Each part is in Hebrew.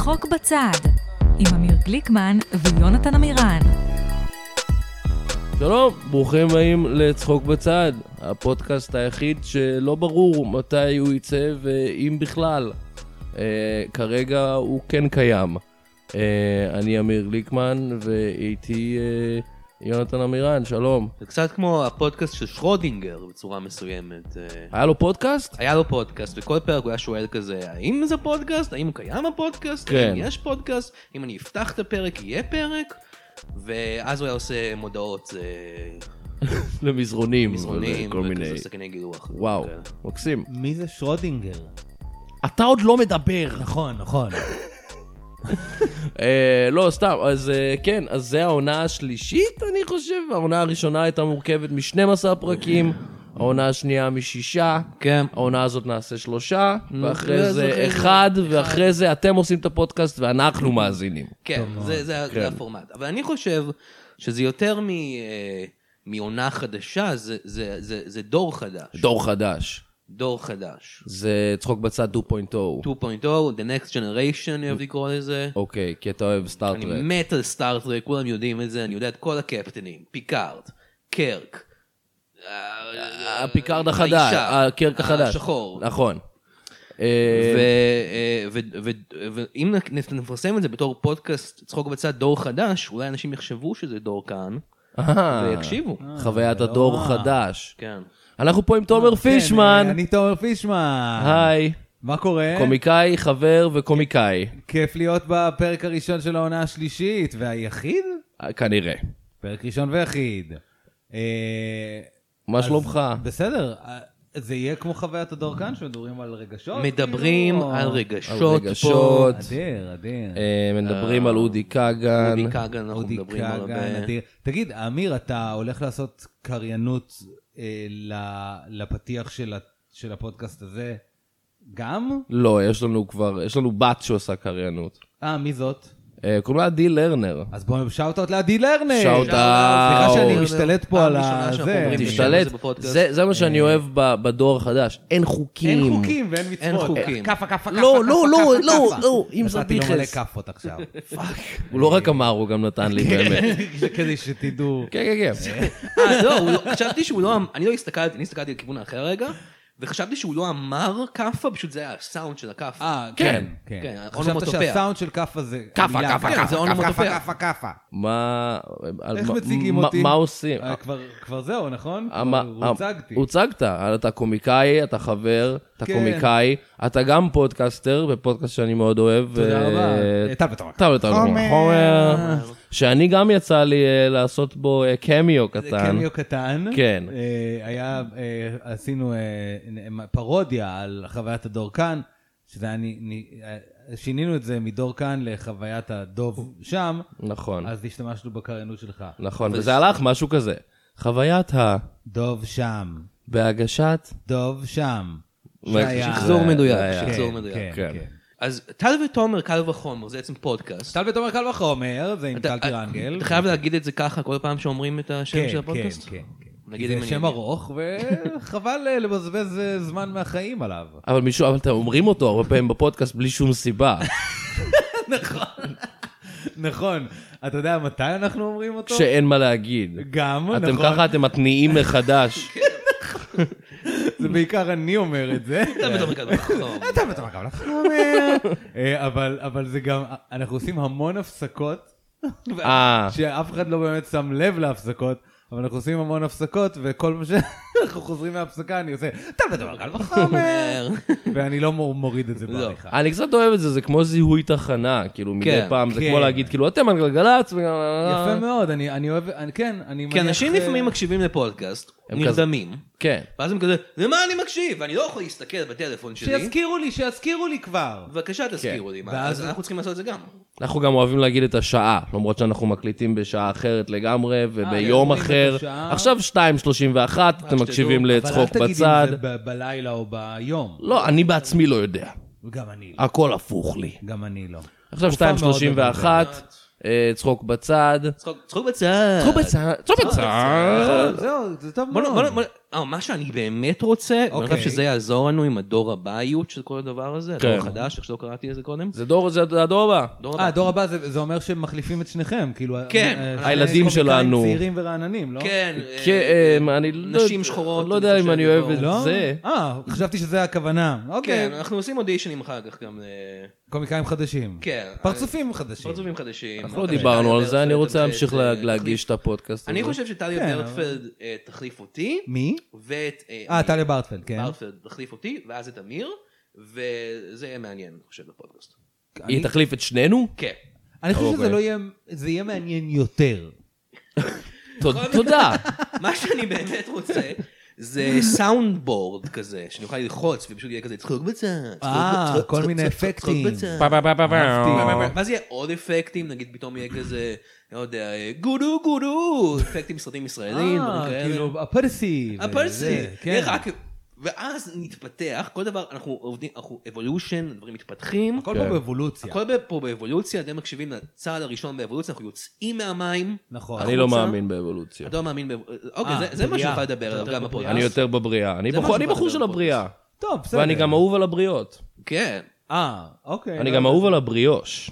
צחוק בצד, עם אמיר גליקמן ויונתן אמירן. שלום, ברוכים הבאים לצחוק בצד, הפודקאסט היחיד שלא ברור מתי הוא יצא ואם בכלל. כרגע הוא כן קיים. אני אמיר גליקמן ואיתי יונתן אמירן, שלום. זה קצת כמו הפודקאסט של שרודינגר בצורה מסוימת. היה לו פודקאסט? היה לו פודקאסט, וכל פרק הוא היה שואל כזה, האם זה פודקאסט? האם קיים הפודקאסט? כן. האם יש פודקאסט? אם אני אפתח את הפרק, יהיה פרק? ואז הוא היה עושה מודעות. למזרונים. מזרונים, כל מיני. וכזה סכני גילוח. וואו, כן. מקסים. מי זה שרודינגר? אתה עוד לא מדבר. נכון. לא, סתם, אז כן, אז זה העונה השלישית, אני חושב. העונה הראשונה הייתה מורכבת מ-12 פרקים, העונה השנייה מ6, כן. העונה הזאת נעשה 3, ואחרי זה זה אחרי 1, זה ואחרי זה אתם עושים את הפודקאסט ואנחנו מאזינים. כן, זה הפורמט. אבל אני חושב שזה יותר מעונה חדשה, זה דור חדש. דור חדש. דור חדש. זה צחוק בצד 2.0. 2.0, The Next Generation, אני אוהב לקרוא לזה. אוקיי, כי אתה אוהב סטארטרק. אני מת על סטארטרק, כולם יודעים את זה, אני יודע את כל הקפטנים, פיקארד, קרק, הפיקארד החדש, הקרק החדש. השחור. נכון. ואם נפרסם את זה בתור פודקאסט צחוק בצד דור חדש, אולי אנשים יחשבו שזה דור כאן, ויקשיבו. חוויית הדור חדש. כן. אנחנו פה עם תומר פישמן. אני תומר פישמן. היי. מה קורה? קומיקאי, חבר וקומיקאי. כיף להיות בפרק הראשון של העונה השלישית, והיחיד? כנראה. פרק ראשון ויחיד. מה שלומך? בסדר. זה יהיה כמו חוויית הדור כאן, שמדברים על רגשות? מדברים כאילו? על רגשות פה. רגשות. אדיר. מדברים על אודי כגן. אודי כגן, אנחנו מדברים על הרבה. אדיר. תגיד, אמיר, אתה הולך לעשות קריינות לפתיח של הפודקאסט הזה גם? לא, יש לנו בת שעושה קריינות. מי זאת? קוראים לה עדי לרנר. אז בואו שאוט-אוט לעדי לרנר. שאוט-אוט. סליחה שאני משתלט פה על זה. תשתלט. זה מה שאני אוהב בדור החדש. אין חוקים. אין חוקים ואין מצוות. אין חוקים. כפה. לא, אם זה נתתי לו מלא ביחס. כפות עכשיו. הוא לא רק אמר, הוא גם נתן לי באמת. כדי שתדעו. כן. לא, חשבתי שהוא לא, אני הסתכלתי לכיוון האחר רגע, וחשבתי שהוא לא אמר כפה, פשוט זה היה הסאונד של הכפה. כן. אונומטופיה. חשבת שהסאונד של כפה זה... כפה. זה אונומטופיה. כפה. איך מציגים אותי? מה עושים? כבר זהו, נכון? הוצגתי. הוצגת, אתה קומיקאי, אתה חבר, אתה כן. קומיקאי, אתה גם פודקאסטר, בפודקאסט שאני מאוד אוהב. תודה רבה. טל חומר. שאני גם יצא לי לעשות בו קמיו קטן. קמיו קטן. כן. עשינו פרודיה על חוויית הדור כאן, שינינו את זה מדור כאן לחוויית הדוב שם. נכון. אז השתמשנו בקריינות שלך. נכון, וזה הלך משהו כזה. חוויית דוב שם. בהגשת דוב שם. שחזור מדויק. כן. אז טל ותומר קל וחומר, זה בעצם פודקאסט. טל ותומר קל וחומר, זה עם טל טירנגל. אתה חייב להגיד את זה ככה כל פעם שאומרים את השם של הפודקאסט? כן. נגיד זה שם ארוך, וחבל לבזבז זמן מהחיים עליו. אבל אתם אומרים אותו הרבה פעמים בפודקאסט בלי שום סיבה. נכון. אתה יודע מתי אנחנו אומרים אותו? שאין מה להגיד. גם, נכון. אתם ככה, אתם מתניעים מחדש. זה בעיקר אני אומר את זה. טל ותומר קל וחומר. אתה בטוח גם לחומר. אבל זה גם, אנחנו עושים המון הפסקות, שאף אחד לא באמת שם לב להפסקות, אבל אנחנו עושים המון הפסקות, וכל מה שאנחנו חוזרים מההפסקה, אני עושה, טל ותומר קל וחומר. ואני לא מוריד את זה בעריכה. אני קצת אוהב את זה, זה כמו זיהוי תחנה, כאילו מדי פעם, זה כמו להגיד, כאילו אתם על גלגלצ. יפה מאוד, אני אוהב, כן, אני מניח... כי אנשים לפעמים מקשיבים לפודקאסט, נרדמים. כן. ואז הם כזה, למה אני מקשיב? ואני לא יכול להסתכל בטלפון שלי. שיזכירו לי כבר. בבקשה תזכירו לי. אז אנחנו צריכים לעשות את זה גם. אנחנו גם אוהבים להגיד את השעה, למרות שאנחנו מקליטים בשעה אחרת לגמרי, וביום אחר. עכשיו 2:31, אתם מקשיבים לצחוק בצד. אבל אל תגיד אם זה בלילה או ביום. לא, אני בעצמי לא יודע. גם אני לא. הכל הפוך לי. גם אני לא. עכשיו 2:31, צחוק בצד. צחוק בצד. צחוק בצד. זהו, זה טוב מאוד. מה שאני באמת רוצה, ואני חושב שזה יעזור לנו עם הדור הבאיות של כל הדבר הזה, הדור החדש, איך שלא קראתי את זה קודם. זה הדור הבא. הדור הבא זה אומר שמחליפים את שניכם, כאילו... כן. הילדים שלנו. צעירים ורעננים, לא? כן. אני נשים שחורות. לא יודע אם אני אוהב את זה. חשבתי שזה הכוונה. כן, אנחנו עושים אודישנים אחר כך גם... קומיקאים חדשים. כן. פרצופים חדשים. פרצופים חדשים. אנחנו לא דיברנו על זה, אני רוצה להמשיך להגיש את הפודקאסט. אני חושב שטליה ברטפלד תחליף אותי. מי? ואת... טליה ברטפלד, כן. ברטפלד תחליף אותי, ואז את אמיר, וזה יהיה מעניין, אני חושב, בפודקאסט. היא תחליף את שנינו? כן. אני חושב שזה לא יהיה... זה יהיה מעניין יותר. תודה. מה שאני באמת רוצה... זה סאונד בורד כזה, שאני אוכל ללחוץ, ופשוט יהיה כזה צחוק בצד. כל מיני אפקטים. ואז יהיה עוד אפקטים, נגיד פתאום יהיה כזה, לא יודע, גודו גודו, אפקטים מסרטים ישראלים, כאילו, הפרסי. הפרסי. ואז נתפתח, כל דבר, אנחנו עובדים, אנחנו אבולושן, דברים מתפתחים. הכל פה באבולוציה. הכל פה באבולוציה, אתם מקשיבים לצעד הראשון באבולוציה, אנחנו יוצאים מהמים. נכון. אני לא מאמין באבולוציה. אתה לא מאמין באבולוציה. אוקיי, זה מה שאוכל לדבר עליו גם בפודקאסט. אני יותר בבריאה. אני בחור של הבריאה. טוב, בסדר. ואני גם אהוב על הבריות. כן. אוקיי. אני גם אהוב על הבריאוש.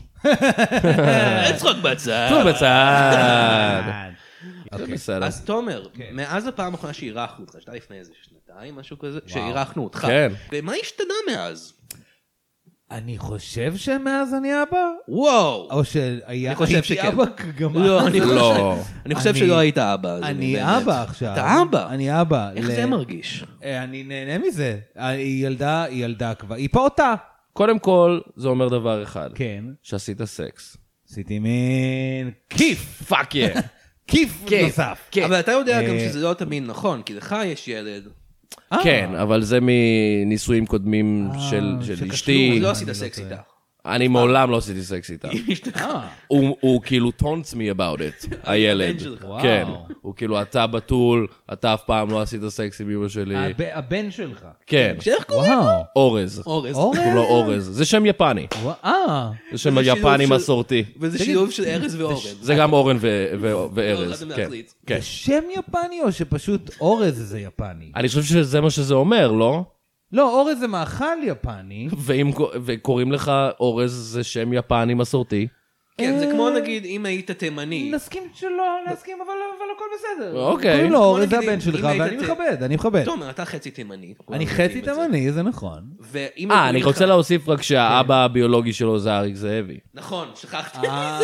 צחוק בצד. צחוק בצד. בסדר. אז תומר, מאז הפעם האחרונה שאירחנו אותך, שאתה לפני איזה שנתיים, משהו כזה, שאירחנו אותך. כן. ומה השתנה מאז? אני חושב שמאז אני אבא. וואו. או שהייתי שכן. אבא גם לא, לא. אני חושב שלא היית אבא. אני אבא עכשיו. אתה אבא? אני אבא. איך זה מרגיש? אני נהנה מזה. היא ילדה כבר, היא פעוטה. קודם כל, זה אומר דבר אחד. כן. שעשית סקס. עשיתי מין כיף. פאק יא. כיף נוסף. אבל אתה יודע גם שזה לא תמיד נכון, כי לך יש ילד. כן, אבל זה מנישואים קודמים של אשתי. לא עשית סקס איתה. אני מעולם לא עשיתי סקס איתה. הוא כאילו taunts me about it, הילד. כן, הוא כאילו, אתה בתול, אתה אף פעם לא עשית סקס עם אמא שלי. הבן שלך. כן. שאיך קוראים לו? אורז. אורז. קוראים לו אורז. זה שם יפני. זה שם יפני מסורתי. וזה שילוב של ארז ואורז. זה גם אורן וארז. זה שם יפני או שפשוט אורז זה יפני? אני חושב שזה מה שזה אומר, לא? לא, אורז זה מאכל יפני. וקוראים לך אורז זה שם יפני מסורתי. כן, זה כמו נגיד אם היית תימני. נסכים שלא, נסכים, אבל הכל בסדר. אוקיי. קוראים לו אורז זה הבן שלך, ואני מכבד, אני מכבד. תומר, אתה חצי תימני. אני חצי תימני, זה נכון. אני רוצה להוסיף רק שהאבא הביולוגי שלו זה אריק זאבי. נכון, שכחתי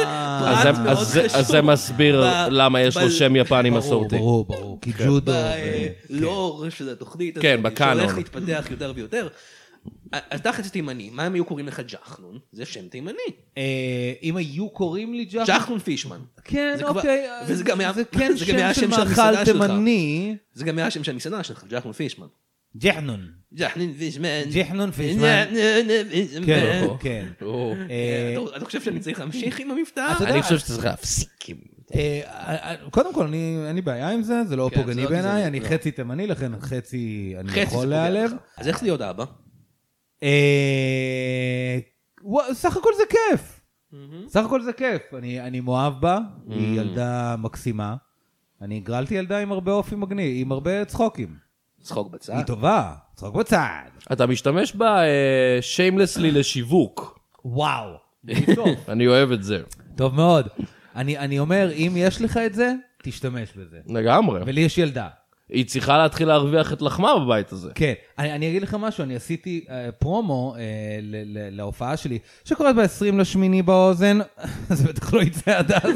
מזה. אז זה מסביר למה יש לו שם יפני מסורתי. ברור, כי ג'ודו. לא, של התוכנית הזאת, כן, בקאנון. שהולך להתפתח יותר ויותר. אתה חצי תימני, מה הם היו קוראים לך ג'חנון? זה שם תימני. אם היו קוראים לי ג'חנון? ג'חנון פישמן. כן, אוקיי. וזה גם היה זה כן שם של מאכל תימני. זה גם היה השם של המסעדה שלך, ג'חנון פישמן. ג'חנון. ג'חנון פישמן. ג'חנון פישמן. כן, כן. אתה חושב שאני צריך להמשיך עם המבטא? אני חושב שאתה צריך להפסיק עם... קודם כל, אין לי בעיה עם זה, זה לא פוגעני בעיניי, אני חצי תימני, לכן חצי אני יכול להיעלב. אז איך להיות אבא? סך הכל זה כיף. סך הכל זה כיף. אני מאוהב בה, היא ילדה מקסימה. אני הגרלתי ילדה עם הרבה אופי מגניב, עם הרבה צחוקים. צחוק בצד. היא טובה, צחוק בצד. אתה משתמש בה שיימלסלי לשיווק. וואו. אני אוהב את זה. טוב מאוד. אני אומר, אם יש לך את זה, תשתמש בזה. לגמרי. ולי יש ילדה. היא צריכה להתחיל להרוויח את לחמה בבית הזה. כן, אני אגיד לך משהו, אני עשיתי פרומו להופעה שלי, שקוראת ב-20/8 באוזן, זה בטח לא יצא עד אז.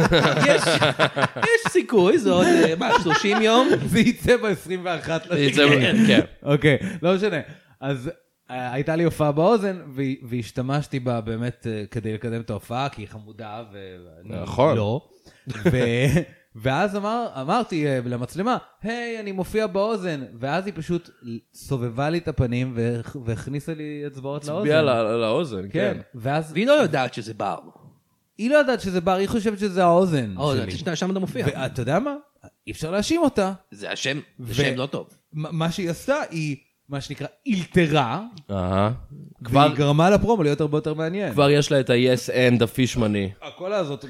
יש סיכוי, זה עוד 30 יום. זה יצא ב-21/8. כן. אוקיי, לא משנה. אז הייתה לי הופעה באוזן, והשתמשתי בה באמת כדי לקדם את ההופעה, כי היא חמודה, ואני לא. ואז אמרתי למצלמה, היי, אני מופיע באוזן, ואז היא פשוט סובבה לי את הפנים, והכניסה לי אצבעות לאוזן. צביעה לאוזן, כן. והיא לא יודעת שזה בר. היא לא יודעת שזה בר, היא חושבת שזה האוזן שלי. שם אתה מופיע. ואתה יודע מה? אי אפשר להאשים אותה. זה השם לא טוב. מה שהיא עשתה, היא מה שנקרא אילתרה, כבר והיא גרמה לפרומו להיות הרבה יותר מעניין. כבר יש לה את ה-yes and הפישמני. הקולה הזאת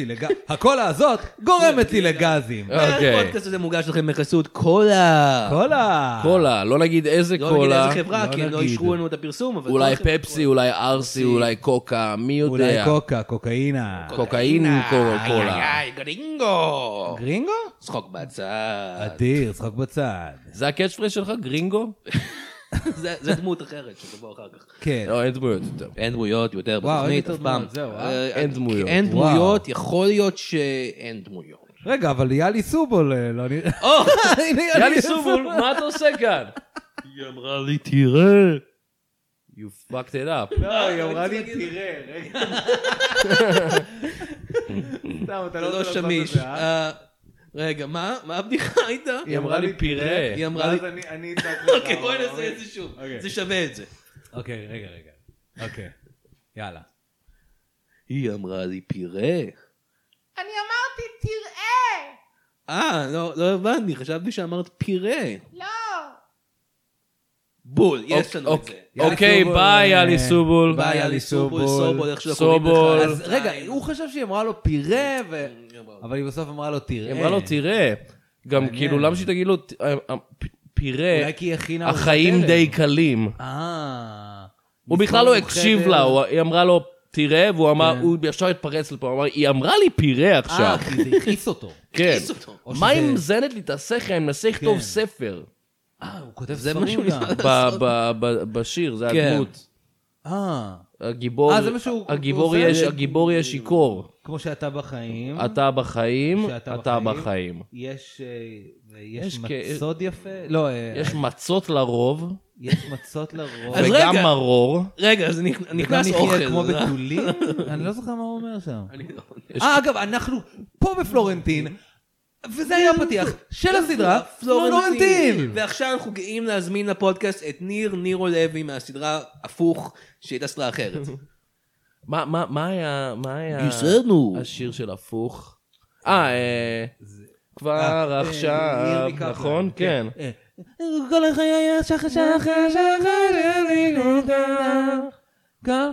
גורמת לי לגזים. הפודקאסט הזה מוגש לכם בחסות קולה. קולה, לא נגיד איזה לא נגיד קולה. איזה חברה, כי הם לא אישרו לנו את הפרסום. אולי פפסי, אולי ארסי, אולי קוקה, מי יודע. אולי קוקאינה. קוקאין קולה. גרינגו. גרינגו? צחוק בצד. אדיר, צחוק בצד. זה הקאץ' פרייז שלך, גרינגו? זה דמות אחרת שתבוא אחר כך. כן. לא, אין דמויות יותר. אין דמויות יותר וואו, אין בתוכנית יותר אף פעם. דמויות, זהו, אין דמויות. אין דמויות, יכול להיות שאין דמויות. רגע, אבל יאלי סובול לא נראה. יאלי סובול, מה אתה עושה כאן? היא אמרה לי, תראה. You fucked it up. לא, היא אמרה לי, תראה, רגע. סתם, אתה זה לא שמיש. רגע, מה הבדיחה הייתה? היא אמרה לי פירה. היא אמרה לי... אז אני אצעק לך. אוקיי, בואי נעשה את זה שוב. זה שווה את זה. אוקיי, רגע. אוקיי, יאללה. היא אמרה לי פירה. אני אמרתי, תראה! לא הבנתי, חשבתי שאמרת פירה. לא. בול, יש לנו את זה. אוקיי, ביי יאלי סובול. ביי, יאלי סובול, סובול, איך שלא סובול. קוראים לך. אז רגע, הוא חשב שהיא אמרה לו פירה, אבל היא בסוף אמרה לו תראה. היא אמרה לו תראה. גם כאילו, למה שהיא תגיד לו פירה, אולי כי היא הכינה... החיים די קלים. הוא בכלל לא הקשיב לה, היא אמרה לו תראה, והוא אמר, הוא ישר התפרץ לפה, הוא אמר, היא אמרה לי פירה עכשיו. כי זה הכיס אותו. כן. הכיס אותו. מה היא מזנת לי את השכל? אני מנסה לכתוב ספר. הוא כותב זה ספרים משהו גם. בשיר, זה כן. הדמות. זה מה שהוא- הגיבור הוא עושה? הגיבור יש שיכור. כמו שאתה בחיים. אתה בחיים, שאתה אתה בחיים. יש יש מצוד יפה? לא, יש מצות לרוב, יש מצות לרוב. אז וגם רגע. מרור. רגע, אז וגם נכנס נחיה אוכל. כמו בתולים? אני לא זוכר מה הוא אומר שם. אני לא- אגב, אנחנו פה בפלורנטין, וזה היה הפתיח של הסדרה פלורנטין. ועכשיו אנחנו גאים להזמין לפודקאסט את נירו לוי מהסדרה הפוך, שהייתה סדרה אחרת. מה היה גיסרנו. השיר של הפוך? כבר עכשיו, ירמי קפלן. נכון? כן. כל החיי שחר כל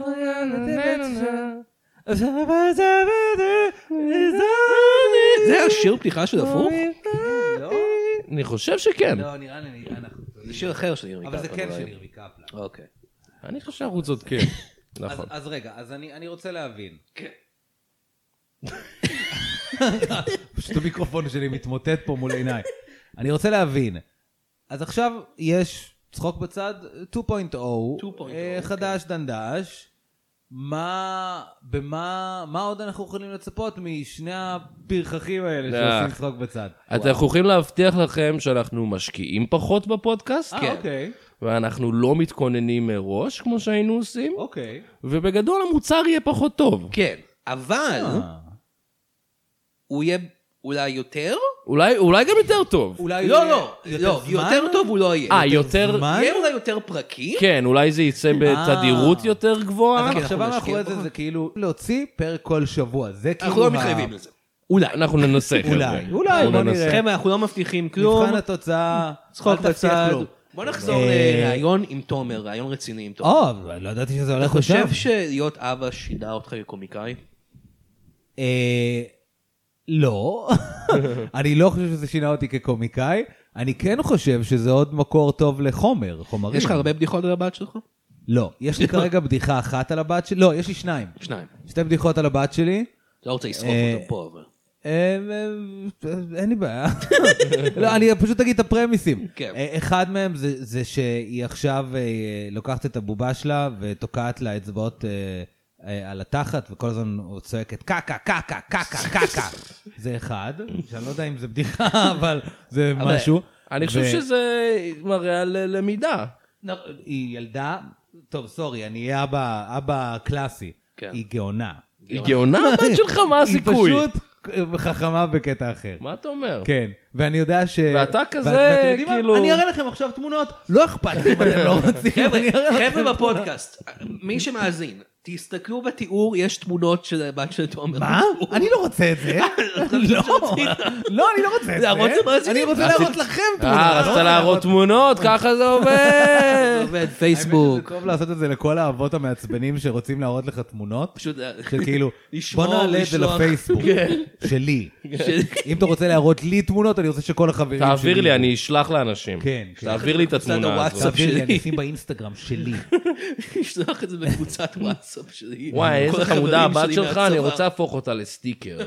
זה השיר פתיחה של הפוך? אני חושב שכן. לא, נראה לי, אנחנו... זה שיר אחר של ירמי קפלן. אבל זה כן של ירמי קפלן. אוקיי. אני חושב שאנחנו צודקים. נכון. אז רגע, אז אני רוצה להבין. כן. פשוט המיקרופון שלי מתמוטט פה מול עיניי. אני רוצה להבין. אז עכשיו יש צחוק בצד 2.0, חדש דנדש. במה עוד אנחנו יכולים לצפות משני הפרחחים האלה שעושים צחוק בצד? אנחנו יכולים להבטיח לכם שאנחנו משקיעים פחות בפודקאסט, אוקיי. ואנחנו לא מתכוננים מראש כמו שהיינו עושים, אוקיי. ובגדול המוצר יהיה פחות טוב. כן, אבל הוא יהיה אולי יותר? אולי גם יותר טוב. לא, יותר טוב הוא לא יהיה. יותר... יהיה אולי יותר פרקים? כן, אולי זה יצא בתדירות יותר גבוהה. אז המחשבה מאחורי זה כאילו להוציא פרק כל שבוע. זה כאילו... אנחנו לא מתחייבים לזה. אולי. אנחנו ננסה. אולי, בוא נראה. חבר'ה, אנחנו לא מבטיחים כלום. מבחן התוצאה, צחוק אל תבטיח בצד. כלום. בוא נחזור לראיון עם תומר, ראיון רציני עם תומר. לא ידעתי שזה הולך אתה לשם. חושב שלהיות אבא שינה אותך כקומיקאי? לא. אני לא חושב שזה שינה אותי כקומיקאי. אני כן חושב שזה עוד מקור טוב לחומרים. יש לך הרבה בדיחות על הבת שלך? לא. יש לי כרגע בדיחה אחת על הבת שלי. לא, יש לי שניים. שתי בדיחות על הבת שלי. לא רוצה לשרוף אותו פה, אבל... אין לי בעיה. לא, אני פשוט אגיד את הפרמיסים. כן. אחד מהם זה שהיא עכשיו לוקחת את הבובה שלה ותוקעת לה אצבעות על התחת, וכל הזמן הוא צועקת קקה, קקה, קקה, קקה. זה אחד, שאני לא יודע אם זה בדיחה, אבל זה משהו. אני חושב שזה מראה על למידה. היא ילדה, טוב, סורי, אני אהיה אבא קלאסי. היא גאונה. היא גאונה הבת שלך? מה הסיכוי? היא פשוט חכמה בקטע אחר. מה אתה אומר? כן, ואני יודע ש... ואתה כזה, כאילו... אני אראה לכם עכשיו תמונות, לא אכפת לי אם אתם לא רוצים. חבר'ה בפודקאסט, מי שמאזין, תסתכלו בתיאור, יש תמונות של הבת של תומר. מה? אני לא רוצה את זה. לא, אני לא רוצה את זה. אני רוצה להראות לכם תמונות. רצת להראות תמונות, ככה זה עובד. זה עובד, פייסבוק. זה טוב לעשות את זה לכל האבות המעצבנים שרוצים להראות לך תמונות. פשוט... שכאילו, בוא נעלה את זה לפייסבוק. שלי. אם אתה רוצה להראות לי תמונות, אני רוצה שכל החברים שלי... תעביר לי, אני אשלח לאנשים. כן. תעביר לי את התמונה הזאת. תעביר לי, אני אשים באינסטגרם שלי. נשלח את זה בקבוצת וואטסאפ שלי. וואי, איזה חמודה הבת שלך, אני רוצה להפוך אותה לסטיקר.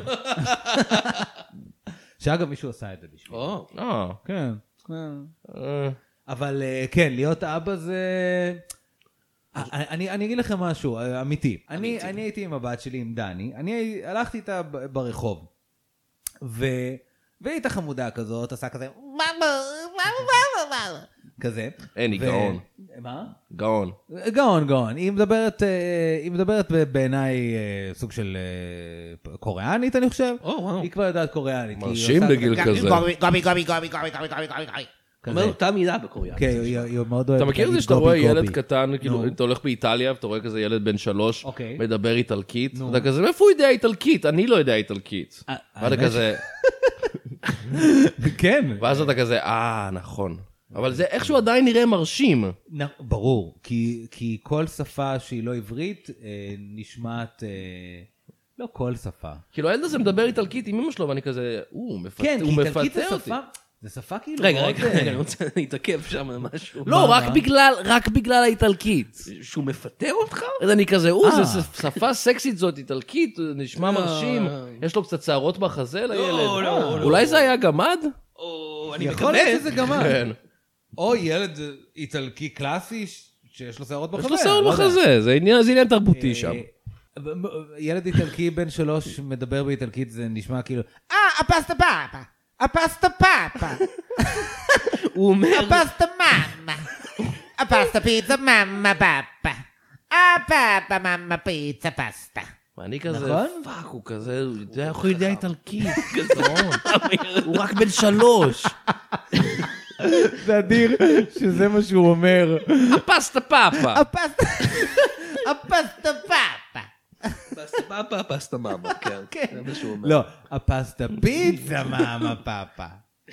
שאגב, מישהו עשה את זה בשביל. כן. אבל כן, להיות אבא זה... אני אגיד לכם משהו, אמיתי. אני הייתי עם הבת שלי, עם דני, אני הלכתי איתה ברחוב, והיא הייתה חמודה כזאת, עשה כזה, כזה. אין, היא גאון. מה? גאון. גאון. היא מדברת בעיניי סוג של קוריאנית, אני חושב. היא כבר יודעת קוריאנית. מרשים בגיל כזה. אומר אותה מילה בקוריאנית. כן, היא מאוד אוהבת. אתה מכיר את זה שאתה רואה ילד קטן, כאילו, אתה הולך באיטליה, ואתה רואה כזה ילד בן 3, מדבר איטלקית, ואתה כזה, מאיפה הוא יודע איטלקית? אני לא יודע איטלקית. ואתה כזה... כן. ואז אתה כזה, נכון. אבל זה איכשהו עדיין נראה מרשים. ברור, כי כל שפה שהיא לא עברית נשמעת... לא כל שפה. כאילו הילד הזה מדבר איטלקית עם אמא שלו, ואני כזה, הוא מפתה אותי. כן, כי איטלקית זה שפה... זה שפה כאילו... רגע, אני רוצה להתעכב שם על משהו. לא, רק בגלל האיטלקית. שהוא מפתה אותך? אז אני כזה, זה שפה סקסית זאת, איטלקית, נשמע מרשים, יש לו קצת שערות בחזה לילד. אולי זה היה גמד? אני יכול להיות מקווה. שזה גמד. כן. או ילד איטלקי קלאסי שיש לו שערות בחזה. יש לו שערות בחזה, זה עניין תרבותי שם. ילד איטלקי בן 3 מדבר באיטלקית, זה נשמע כאילו... הפסטה פאפה. הפסטה פאפה. הוא אומר... הפסטה מאמה. הפסטה פיצה מאמה פאפה. הפאפה מאמה פיצה פסטה. ואני כזה, פאק, הוא כזה, הוא יודע איטלקית. הוא רק בן 3. זה אדיר שזה מה שהוא אומר. הפסטה פאפה. הפסטה פאפה. פסטה פאפה, פסטה מאמה, כן. זה מה שהוא אומר. לא, הפסטה פיצה מאמה פאפה.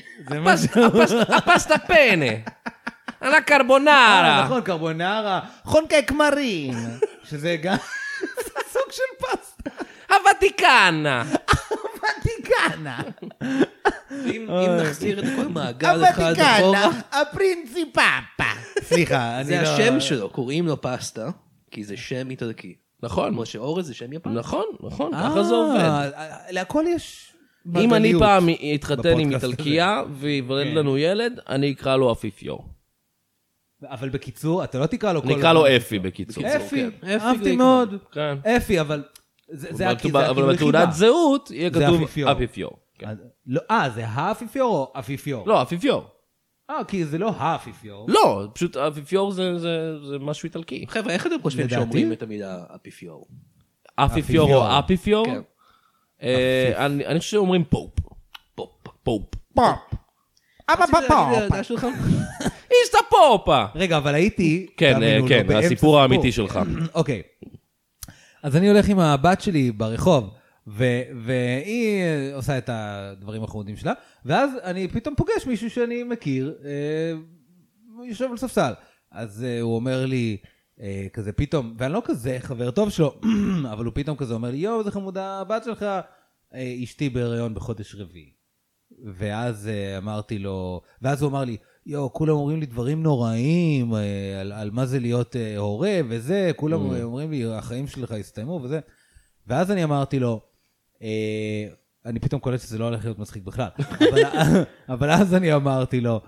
הפסטה פנה. על הקרבונרה. נכון, קרבונרה. חונקי כמרים. שזה גם סוג של פסטה. הוותיקנה. הוותיקנה. אם נחזיר את כל מעגל אחד אחורה... הפרינצי פאפה. סליחה, זה השם שלו, קוראים לו פסטה, כי זה שם איטלקי. נכון. כמו שאורז זה שם יפן. נכון, ככה זה עובד. להכל יש... אם אני פעם אתחתן עם איטלקיה ויוולד לנו ילד, אני אקרא לו אפיפיור. אבל בקיצור, אתה לא תקרא לו... נקרא לו אפי בקיצור. אפי, אהבתי מאוד. אפי, אבל... אבל בתעודת זהות יהיה כתוב אפיפיור. זה האפיפיור או אפיפיור? לא, אפיפיור. כי זה לא האפיפיור. לא, פשוט אפיפיור זה משהו איטלקי. חבר'ה, איך אתם חושבים שאומרים את המילה אפיפיור? אפיפיור או אפיפיור? כן. אני חושב שאומרים פופ. פופ. אבא פאפה. איסטה פופה. רגע, אבל הייתי... כן, הסיפור האמיתי שלך. אוקיי. אז אני הולך עם הבת שלי ברחוב, והיא עושה את הדברים החמודים שלה, ואז אני פתאום פוגש מישהו שאני מכיר, יושב על ספסל. אז הוא אומר לי, כזה פתאום, ואני לא כזה חבר טוב שלו, אבל הוא פתאום כזה אומר לי, יואו, זה חמודה, הבת שלך, אשתי בהיריון בחודש רביעי. ואז אמרתי לו, ואז הוא אמר לי, יואו, כולם אומרים לי דברים נוראים, על מה זה להיות הורה וזה, כולם אומרים לי, החיים שלך הסתיימו וזה. ואז אני אמרתי לו, אני פתאום קולט שזה לא הולך להיות מצחיק בכלל, אבל אז אני אמרתי לו,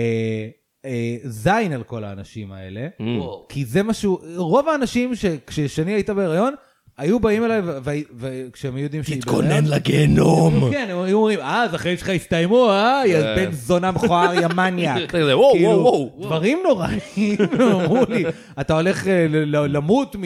זין על כל האנשים האלה, כי זה משהו, רוב האנשים כשאני הייתה בהיריון, היו באים אליי, וכשהם יודעים שהיא בהיריון... תתכונן לגיהנום. כן, הם היו אומרים, אז החיים שלך הסתיימו, יא בן זונה מכוער, יא מניאק. וואו. דברים נוראים, אמרו לי, אתה הולך למות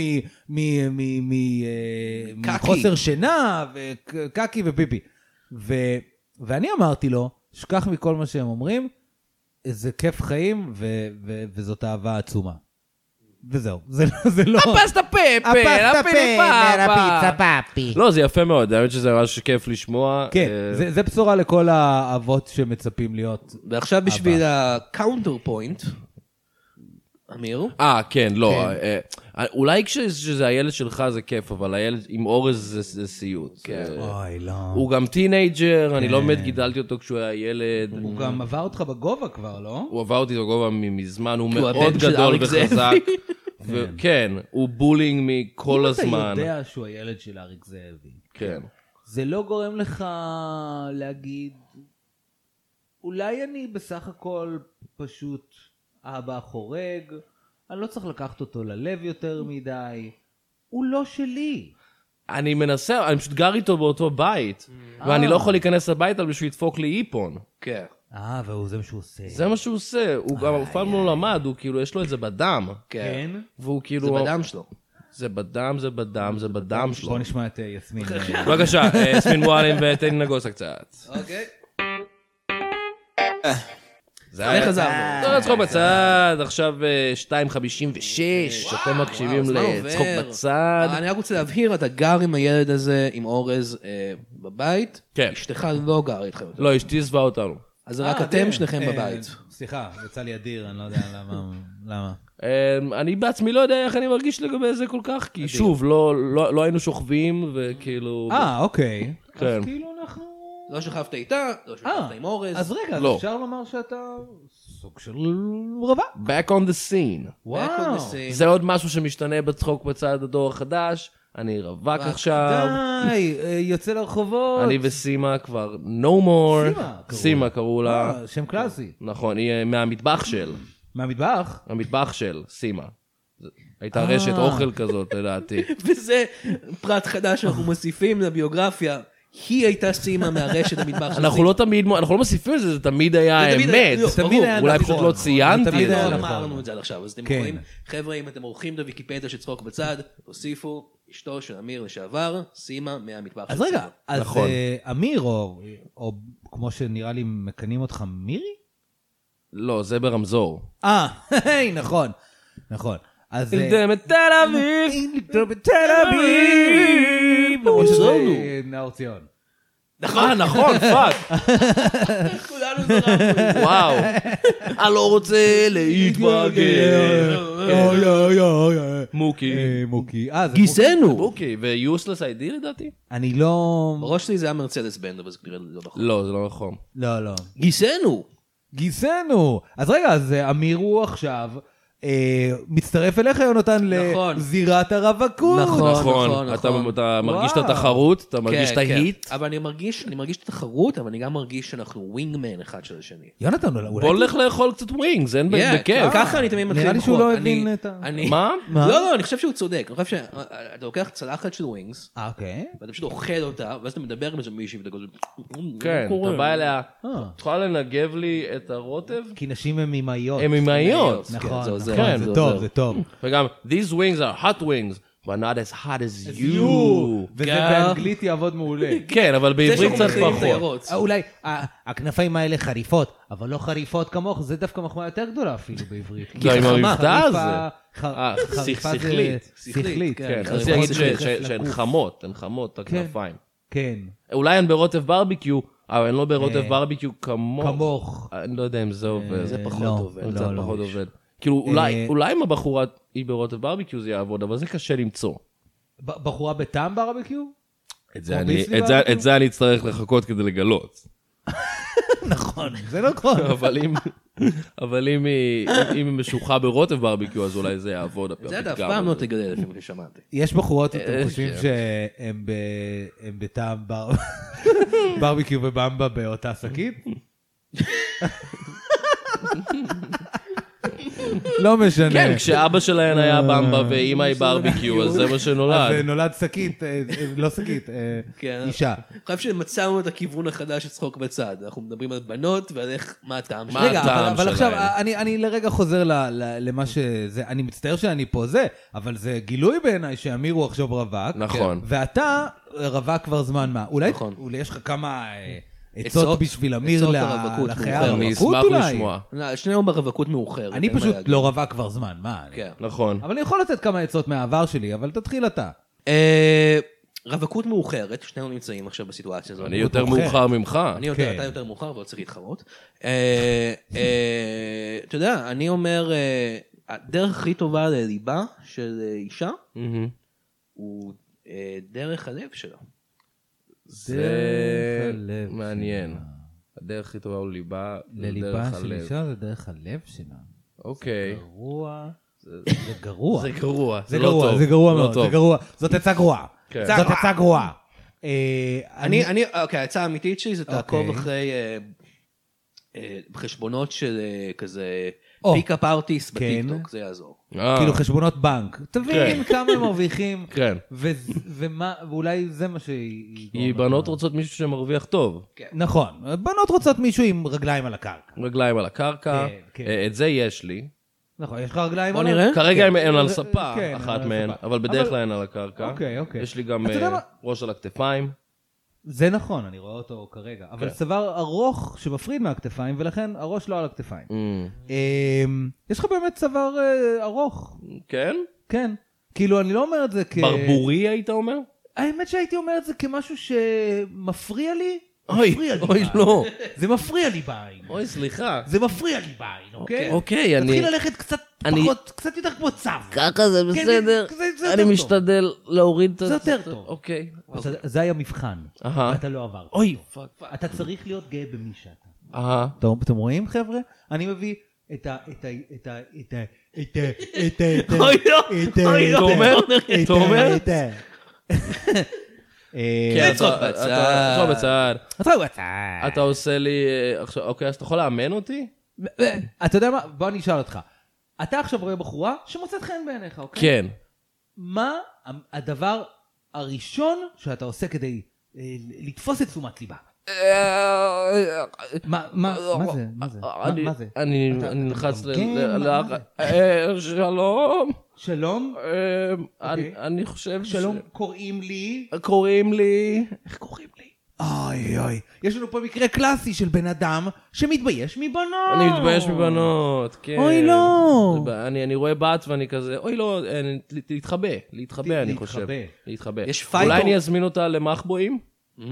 מחוסר שינה, וקקי ופיפי. ואני אמרתי לו, שכח מכל מה שהם אומרים, זה כיף חיים, וזאת אהבה עצומה. וזהו, זה לא... הפסטה פפה, הפסטה פה, מהפיצה פאפי. לא, זה יפה מאוד, האמת שזה ממש כיף לשמוע. כן, זה בשורה לכל האבות שמצפים להיות. ועכשיו בשביל הקאונטר פוינט, אמיר. כן, לא. אולי כשזה הילד שלך זה כיף, אבל הילד עם אורז זה סיוט. אוי, לא. הוא גם טינאג'ר, אני לא באמת גידלתי אותו כשהוא היה ילד. הוא גם עבר אותך בגובה כבר, לא? הוא עבר אותי בגובה מזמן, הוא הוא מאוד הבן של גדול אריק וחזק. כן, הוא בולינג מכל אם הזמן. אתה יודע שהוא הילד של אריק זאבי, כן. זה לא גורם לך להגיד, אולי אני בסך הכל פשוט אבא חורג, אני לא צריך לקחת אותו ללב יותר מדי, הוא לא שלי. אני מנסה, אני פשוט גר איתו באותו בית, ואני לא יכול להיכנס הביתה בשביל לדפוק לי איפון. כן. וזה מה שהוא עושה. זה מה שהוא עושה, הוא גם אף פעם לא למד, הוא כאילו, יש לו את זה בדם. כן. והוא כאילו... זה בדם שלו. זה בדם שלו. בוא נשמע את יסמין. בבקשה, יסמין מועלם ותן נגוסה קצת. אוקיי. וחזרנו. לא, צחוק בצד, עכשיו 2:56, אתם מקשיבים לצחוק בצד. אני רק רוצה להבהיר, אתה גר עם הילד הזה, עם אורז, בבית. כן. אשתך לא גר איתכם. לא, אשתי עזבה אותנו. אז זה רק אתם שניכם בבית. סליחה, יצא לי אדיר, אני לא יודע למה. אני בעצמי לא יודע איך אני מרגיש לגבי זה כל כך, כי שוב, לא היינו שוכבים, וכאילו... אוקיי. כן. אז כאילו אנחנו... לא שכבת איתה, לא שכבת עם אורז. אז רגע, אז לא. אפשר לומר שאתה סוג של רווק. Back on the scene. וואו. זה עוד משהו שמשתנה בצחוק בצד הדור החדש, אני רווק עכשיו. די, יוצא לרחובות. אני וסימה כבר no more. סימה קראו לה. שם קלאסי. נכון, היא מהמטבח של. מהמטבח? המטבח של סימה. הייתה רשת אוכל כזאת, לדעתי. וזה פרט חדש שאנחנו מוסיפים לביוגרפיה. היא הייתה סימה מהרשת המטבח של סימה. אנחנו לא מוסיפים את זה, זה תמיד היה האמת. אולי פשוט לא ציינתי. לא אמרנו את זה עד עכשיו, אז אתם יכולים, חבר'ה, אם אתם עורכים את הוויקיפדיה של צחוק בצד, תוסיפו אשתו של אמיר לשעבר, סימה מהמטבח של סימה. אז רגע, אז אמיר, או כמו שנראה לי מקנים אותך מירי? לא, זה ברמזור. נכון, נכון. אז... תל אביב! תל אביב! או שזה נאור ציון. נכון, פאק. כולנו זרמנו. וואו. אני לא רוצה להתבגר. מוקי. גיסנו. מוקי, ויוסלס איי-די לדעתי? אני לא... בראש שלי זה היה מרצדס בנד, אבל זה כנראה לא נכון. לא, זה לא נכון. לא. גיסנו. אז רגע, אז אמיר הוא עכשיו... מצטרף אליך יונתן לזירת הרווקות. נכון, אתה מרגיש את התחרות, אתה מרגיש את ההיט. אבל אני מרגיש את התחרות, אבל אני גם מרגיש שאנחנו ווינגמן אחד של השני. יונתן, בוא נלך לאכול קצת ווינגס, אין בכיף. ככה אני תמיד מתחיל נראה לי שהוא לא הבין את ה... מה? לא, אני חושב שהוא צודק. אני חושב שאתה לוקח צלחת של ווינגס, אוקיי. ואתה פשוט אוכל אותה, ואז אתה מדבר עם איזה מישהי ואתה כזה... כן, אתה בא אליה, תוכל לנגב לי את הרוטב? כי נשים הן אימהיות. הן אימהיות. נכון, כן, זה טוב, זה טוב. וגם, these wings are hot wings, but not as hot as you. וזה באנגלית יעבוד מעולה. כן, אבל בעברית קצת פחות. אולי, הכנפיים האלה חריפות, אבל לא חריפות כמוך, זה דווקא מחמאה יותר גדולה אפילו בעברית. גם עם המבטא הזה. חריפה זה... שכלית. שכלית. כן, רציתי להגיד שהן חמות, הן חמות, הכנפיים. כן. אולי הן ברוטב ברביקיו, אבל הן לא ברוטב ברביקיו כמוך. אני לא יודע אם זה עובד. זה פחות עובד. זה פחות עובד. כאילו, אולי אם הבחורה היא ברוטב ברביקיו זה יעבוד, אבל זה קשה למצוא. בחורה בטעם ברביקיו? את זה אני אצטרך לחכות כדי לגלות. נכון, זה נכון. אבל אם היא משוחה ברוטב ברביקיו, אז אולי זה יעבוד. זה אתה אף פעם לא תגלה לפי מה ששמעתי. יש בחורות, אתם חושבים שהן בטעם ברביקיו ובמבה באותה שקית? לא משנה. כן, כשאבא שלהן היה במבה ואמא היא ברביקיו, אז זה מה שנולד. אז נולד שקית, לא שקית, אישה. אני חושב שמצאנו את הכיוון החדש של צחוק בצד. אנחנו מדברים על בנות ועל איך, מה הטעם שלהם. רגע, אבל עכשיו, אני לרגע חוזר למה שזה, אני מצטער שאני פה זה, אבל זה גילוי בעיניי שאמיר הוא עכשיו רווק. נכון. ואתה רווק כבר זמן מה. אולי יש לך כמה עצות בשביל אמיר עצות לרווקות לחיי מאוחרת. אני הרווקות אשמח אולי. לשמוע. שנינו ברווקות מאוחרת. אני אין מה פשוט להגיד. לא רווק כבר זמן, מה? כן. נכון. אבל אני יכול לתת כמה עצות מהעבר שלי, אבל תתחיל אתה. רווקות מאוחרת, שנינו נמצאים עכשיו בסיטואציה הזאת. אני יותר מאוחר. מאוחר ממך. כן. אתה יותר מאוחר ולא צריך להתחרות. אתה יודע, אני אומר, הדרך הכי טובה לליבה של אישה, מהמם. הוא דרך הלב שלה. זה דרך הלב מעניין. שלה. הדרך הכי טובה הוא ליבה, זה לליבה דרך של הלב. אישה זה דרך הלב שלה. אוקיי. גרוע. זה גרוע. זה גרוע, זה זה לא גרוע, טוב. זה גרוע לא מאוד, טוב. זה גרוע. זאת עצה גרועה. כן. זאת עצה גרועה. אוקיי, ההצעה האמיתית שלי זה תעקוב אוקיי. אחרי חשבונות של כזה או. פיק-אפ ארטיסט כן. בטיקטוק, זה יעזור. כאילו חשבונות בנק. תבין כמה הם מרוויחים. כן. ומה, ואולי זה מה שהיא... כי בנות רוצות מישהו שמרוויח טוב. נכון. בנות רוצות מישהו עם רגליים על הקרקע. רגליים על הקרקע. כן, כן. את זה יש לי. נכון, יש לך רגליים בוא על נראה. הקרקע? כרגע כן. הן על ספה, כן, אחת על מהן, הספה. אבל בדרך כלל הן על הקרקע. אוקיי, אוקיי. יש לי גם אתה יודע מה? ראש על הכתפיים. זה נכון, אני רואה אותו כרגע. אבל כן. צוואר ארוך שמפריד מהכתפיים, ולכן הראש לא על הכתפיים. יש לך באמת צוואר ארוך. כן? כן. כאילו, אני לא אומר את זה ברבורי היית אומר? האמת שהייתי אומר את זה כמשהו שמפריע לי. אוי, מפריע לי אוי בעין. לא. זה מפריע לי בעין. אוי, סליחה. זה מפריע לי בעין, אוקיי? אוקיי, אני... תתחיל ללכת קצת אני- פחות, קצת יותר כמו צו. ככה זה כן, בסדר. זה יותר אני טוב. משתדל להוריד את זה יותר טוב. אוקיי. זה היה מבחן, אהה. ואתה לא עברת. אוי, פאק. אתה צריך להיות גאה במי שאתה. אהה. אתם רואים, חבר'ה? אני מביא את ה... אוי לא, אוי לא. תומר? כן, לצחוק אתה- בצד. אתה בצד. אתה רוצה... אתה עושה לי... עכשיו, אוקיי, אז אתה יכול לאמן אותי? אתה יודע מה? בוא אני אשאל אותך. אתה עכשיו רואה בחורה שמוצאת חן בעיניך, אוקיי? כן. מה הדבר הראשון שאתה עושה כדי לתפוס את תשומת ליבה? מה זה? מה זה? מה זה? אני אתה נלחץ כן, מה זה? שלום. שלום? אוקיי. אני חושב שלום, קוראים לי... קוראים לי... איך קוראים לי? אוי אוי, יש לנו פה מקרה קלאסי של בן אדם שמתבייש מבנות. אני מתבייש מבנות, כן. אוי, לא. אני רואה בת ואני כזה, אוי לא, להתחבא אני חושב. להתחבא. יש פייט אולי או- אני אזמין אותה למחבואים?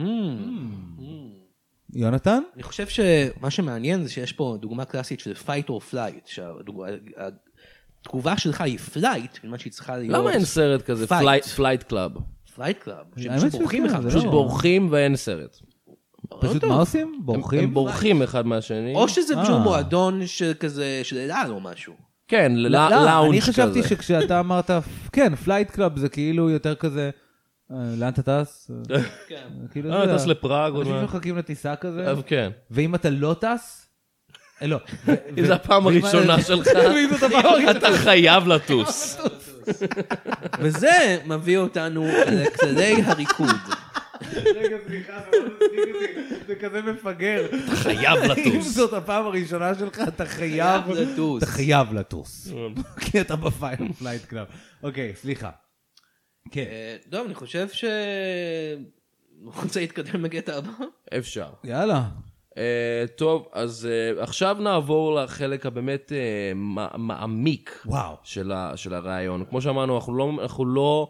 יונתן? אני חושב שמה שמעניין זה שיש פה דוגמה קלאסית של fight or flight, שהתגובה שלך היא flight, במה שהיא צריכה להיות... למה אין סרט כזה? Fight. פלייט קלאב. flight club, האמת שפשוט בורחים שכן, אחד זה פשוט לא- בורחים ואין סרט. פשוט מה עושים? בורחים? הם בורחים אחד מהשני. או שזה פשוט אה. מועדון של כזה, של אלעל או משהו. כן, לא, לאונג' אני כזה. חשבתי שכשאתה אמרת, כן, פלייט קלאב זה כאילו יותר כזה, לאן אתה טס? כאילו זה- טס לפראג עוד אנשים מעט. מחכים לטיסה כזה, כן. ואם אתה לא טס, לא. אם זו הפעם הראשונה שלך, ואם זאת הפעם הראשונה. אתה חייב לטוס. וזה מביא אותנו לכללי הריקוד. רגע, סליחה, זה כזה מפגר. אתה חייב אם לטוס. זאת הפעם הראשונה שלך, אתה חייב לטוס. אתה חייב לטוס. כי אתה בפלייט קלאב. אוקיי, סליחה. כן. טוב, אני חושב ש... רוצה להתקדם לקטע הבא? אפשר. יאללה. טוב, אז עכשיו נעבור לחלק הבאמת מעמיק וואו. של הרעיון. כמו שאמרנו, אנחנו לא,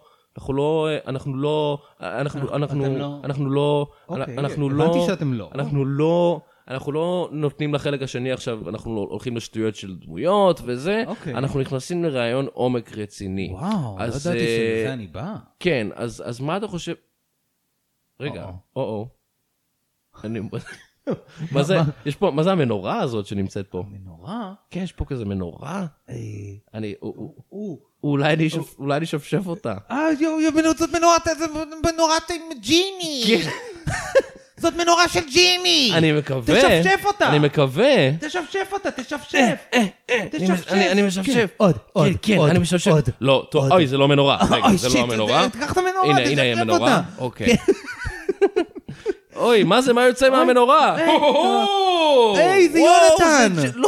אוקיי, הבנתי שאתם לא. אנחנו לא נותנים לחלק השני עכשיו, אנחנו הולכים לשטויות של דמויות וזה, אוקיי. אנחנו נכנסים לרעיון עומק רציני. וואו, לא אז, ידעתי שלזה אני בא. כן, אז מה אתה חושב? רגע, מה זה, יש פה, מה זה המנורה הזאת שנמצאת פה? מנורה? כן, יש פה כזה מנורה. אולי אני שפשף אותה. זאת מנורת ג'יני. זאת מנורה של ג'ימי. אני מקווה. תשפשף אותה. אני מקווה. תשפשף אותה, תשפשף. אני משפשף. עוד, כן, אני משפשף. לא, טוב, אוי, זה לא מנורה. רגע, זה לא המנורה. תקח את המנורה, הנה היא תשפשף המנורה. אותה. אוקיי. אוי, מה זה? מה יוצא מהמנורה? היי, זה יונתן.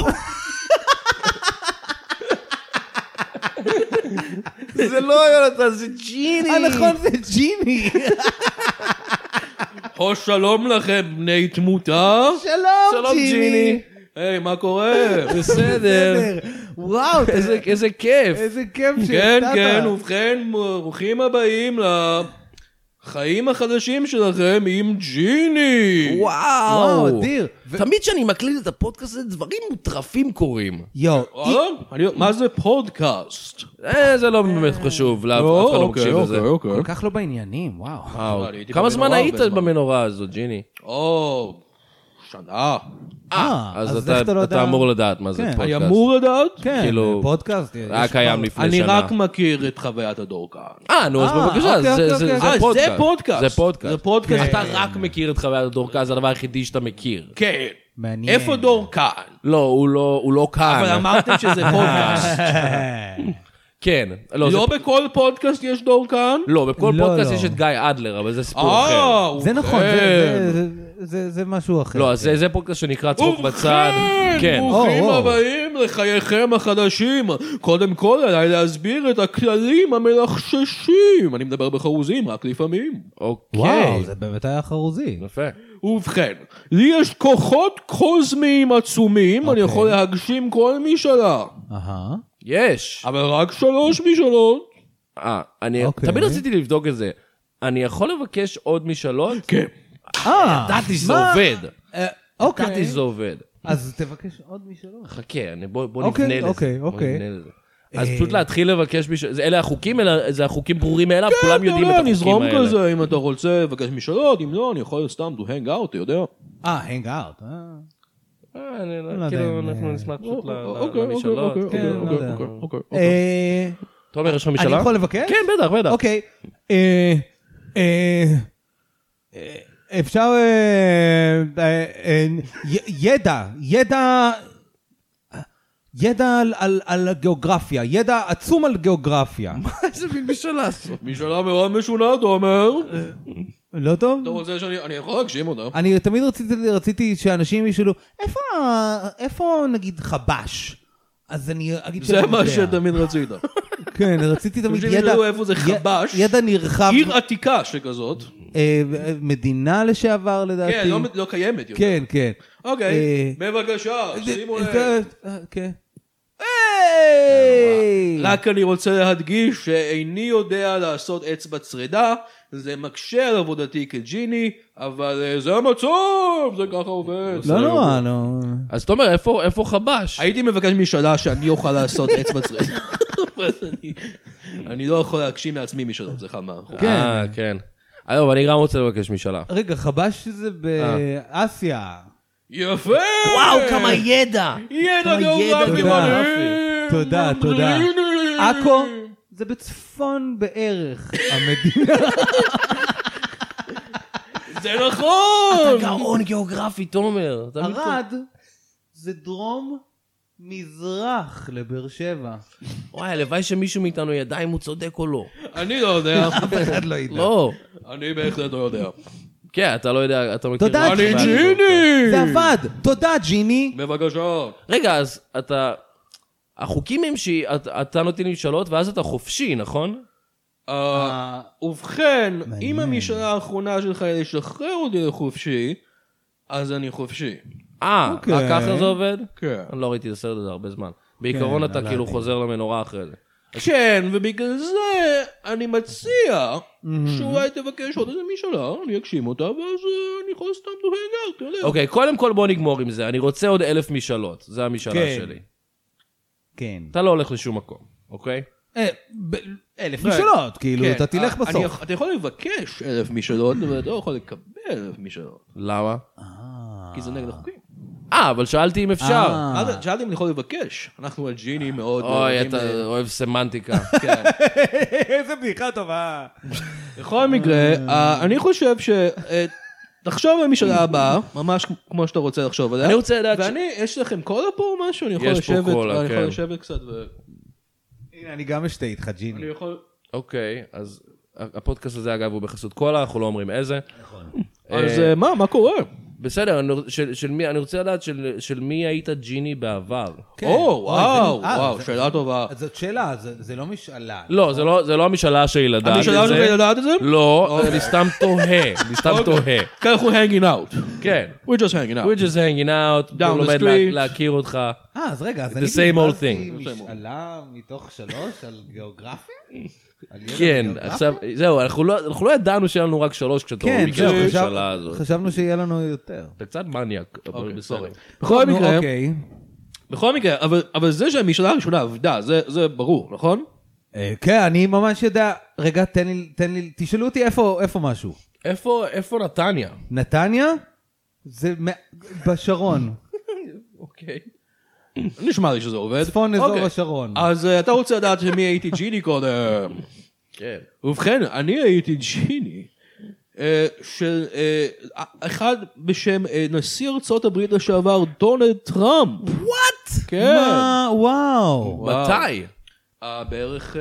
זה לא יונתן, זה ג'יני. נכון, זה ג'יני. או שלום לכם, בני תמותה. שלום ג'יני. היי, מה קורה? בסדר. וואו, איזה כיף. איזה כיף כן, שהפתעת. כן, ובכן, ברוכים הבאים לחיים החדשים שלכם עם ג'יני. וואו. אדיר. תמיד כשאני מקליט את הפודקאסט הזה, דברים מוטרפים קורים. יואו, מה זה פודקאסט? זה לא באמת חשוב, אף אחד לא מקשיב לזה. כל כך לא בעניינים, וואו. וואו. הייתי כמה זמן במנורה היית הרבה זמן. במנורה הזאת, ג'יני? שנה. אז איך אתה לא אתה יודע? אמור לדעת מה זה כן. פודקאסט. אני אמור לדעת? כן, כאילו, פודקאסט. היה קיים לפני אני שנה. רק מכיר את חוויית הדורקן. נו, אז בבקשה, אוקיי, זה אוקיי. זה פודקאסט. זה פודקאסט. זה פודקאסט. אתה רק מכיר את חוויית הדורקן, זה הדבר היחידי שאתה מכיר. כן. מעניין. איפה דורקן? לא, הוא לא כאן. אבל אמרתם שזה פודקאסט. כן. לא בכל פודקאסט יש דורקן? לא, בכל לא, פודקאסט לא. יש את גיא אדלר, אבל זה סיפור אחר. זה נכון, זה משהו אחר. לא, אז זה פודקאסט שנקרא צחוק בצד. כן. ברוכים או. הבאים לחייכם החדשים. קודם כל עליי להסביר את הכללים המלחששים. אני מדבר בחרוזים, רק לפעמים. אוקיי. וואו, זה באמת היה חרוזי. יפה. ובכן, לי יש כוחות קוסמיים עצומים, אני יכול להגשים כל משאלה. יש. אבל רק 3 משאלות. אני אוקיי. תמיד רציתי לבדוק את זה. אני יכול לבקש עוד משאלות? כן. ידעתי שזה עובד. אוקיי. ידעתי שזה עובד. אז תבקש עוד משלו. חכה, בוא אוקיי, נבנה לזה. אוקיי, בוא אוקיי. נבנה לזה. אז פשוט להתחיל לבקש אלה החוקים, זה החוקים ברורים מאליו, כולם יודעים את החוקים נזרום האלה. כזה, אם אתה רוצה לבקש משאלות, אם לא, אני יכול סתם to hang out, אתה יודע. hang out. כאילו, אנחנו נשמח פשוט אוקיי, למשאלות. כן, לא יודע. תומר, יש לך אני משאלה? יכול לבקש? כן, בטח, בטח. אוקיי. אפשר ידע על הגיאוגרפיה, ידע עצום על גיאוגרפיה. איזה מין משאלה עשו? משאלה מאוד משונה, אתה אומר. לא טוב? אתה רוצה אני יכול להגשים אותה. אני תמיד רציתי שאנשים ישאלו, איפה נגיד חבש? אז אני אגיד זה מה שתמיד רצית. כן, רציתי תמיד אנשים ידע... ידעו איפה זה חבש. ידע נרחב... עיר עתיקה שכזאת. מדינה לשעבר לדעתי. כן, לא קיימת יותר. כן, כן. אוקיי, בבקשה, שימו לב. כן. רק אני רוצה להדגיש שאיני יודע לעשות אצבע צרידה, זה מקשה על עבודתי כג'יני, אבל זה המצב, זה ככה עובד. לא נורא, לא. אז תומר, איפה חבש? הייתי מבקש משאלה שאני אוכל לעשות אצבע צרידה. אני לא יכול להגשים מעצמי משאלות, זה אחד מהחוק. כן. היום, אני גם רוצה לבקש משאלה. רגע, חבש זה באסיה. יפה! וואו, כמה ידע! ידע גיאוגרפי מלא! תודה, תודה. עכו זה בצפון בערך המדינה. זה נכון! אתה גאון גיאוגרפי, תומר. ערד זה דרום מזרח לבאר שבע. וואי, הלוואי שמישהו מאיתנו ידע אם הוא צודק או לא. אני לא יודע. אף אחד לא ידע. לא. אני בהחלט לא יודע. כן, אתה לא יודע, אתה מכיר... תודה, אני ג'יני. ג'יני! זה עבד. תודה, ג'יני. בבקשה. רגע, אז אתה... החוקים הם שאתה נותן לי משאלות, ואז אתה חופשי, נכון? ובכן, אם המשאלה האחרונה שלך היא לשחרר אותי לחופשי, אז אני חופשי. רק ככה זה עובד? כן. אני לא ראיתי את הסרט הזה הרבה זמן. בעיקרון אתה כאילו חוזר למנורה אחרי זה. כן, ובגלל זה אני מציע שאולי תבקש עוד איזה משאלה, אני אגשים אותה, ואז אני יכול סתם to hang out, אתה יודע. אוקיי, קודם כל בוא נגמור עם זה. אני רוצה עוד 1,000 משאלות. זה המשאלה שלי. כן. אתה לא הולך לשום מקום, אוקיי? 1,000 משאלות, כאילו, אתה תלך בסוף. אתה יכול לבקש 1,000 משאלות, אבל אתה לא יכול לקבל 1,000 משאלות. למה? כי זה נגד החוקים. אבל שאלתי אם אפשר. שאלתי אם אני יכול לבקש. אנחנו על ג'יני מאוד... אוי, אתה אוהב סמנטיקה. כן. איזה בדיחה טובה. בכל מקרה, אני חושב תחשוב על המשאלה הבאה, ממש כמו שאתה רוצה לחשוב עליה. אני רוצה לדעת... יש לכם קולה פה או משהו? אני יכול יש פה לשבת, קולה, אני כן. יכול לשבת קצת הנה, אני גם אשתה איתך, ג'יני. אני יכול... אוקיי, אז הפודקאסט הזה אגב הוא בחסות קולה, אנחנו לא אומרים איזה. אז מה קורה? בסדר, אני רוצה לדעת של מי היית ג'יני בעבר. וואו, שאלה טובה. זאת שאלה, זה לא משאלה. לא, זה לא המשאלה שלי לדעת את זה. המשאלה שלי לדעת את זה? לא, אני סתם תוהה. כאן אנחנו hanging out. כן. We're just hanging out. We're just hanging out. Down the לומד street. להכיר אותך. אז רגע, אז The אני same old בזבזתי thing. משאלה מתוך 3 על גיאוגרפיה? על ידע כן, בגיאוגרפיה? עכשיו, זהו, אנחנו לא ידענו שיהיה לנו רק 3 כשאתה כן, ביקש זהו, בממשלה הזאת. חשבנו שיהיה לנו יותר. אתה קצת מניאק, אבל בסדר. בכל נו, מקרה, אוקיי. בכל מקרה, אבל זה שהמשאלה הראשונה עבדה, זה ברור, נכון? כן, אני ממש יודע. רגע, תן לי, תשאלו אותי איפה משהו. איפה נתניה? נתניה? זה בשרון. אוקיי. נשמע לי שזה עובד. צפון אזור אוקיי. השרון. אז אתה רוצה לדעת שמי הייתי ג'יני קודם. כן. ובכן, אני הייתי ג'יני של אחד בשם נשיא ארצות הברית לשעבר דונלד טראמפ. וואט? כן. מה? וואו. מתי? בערך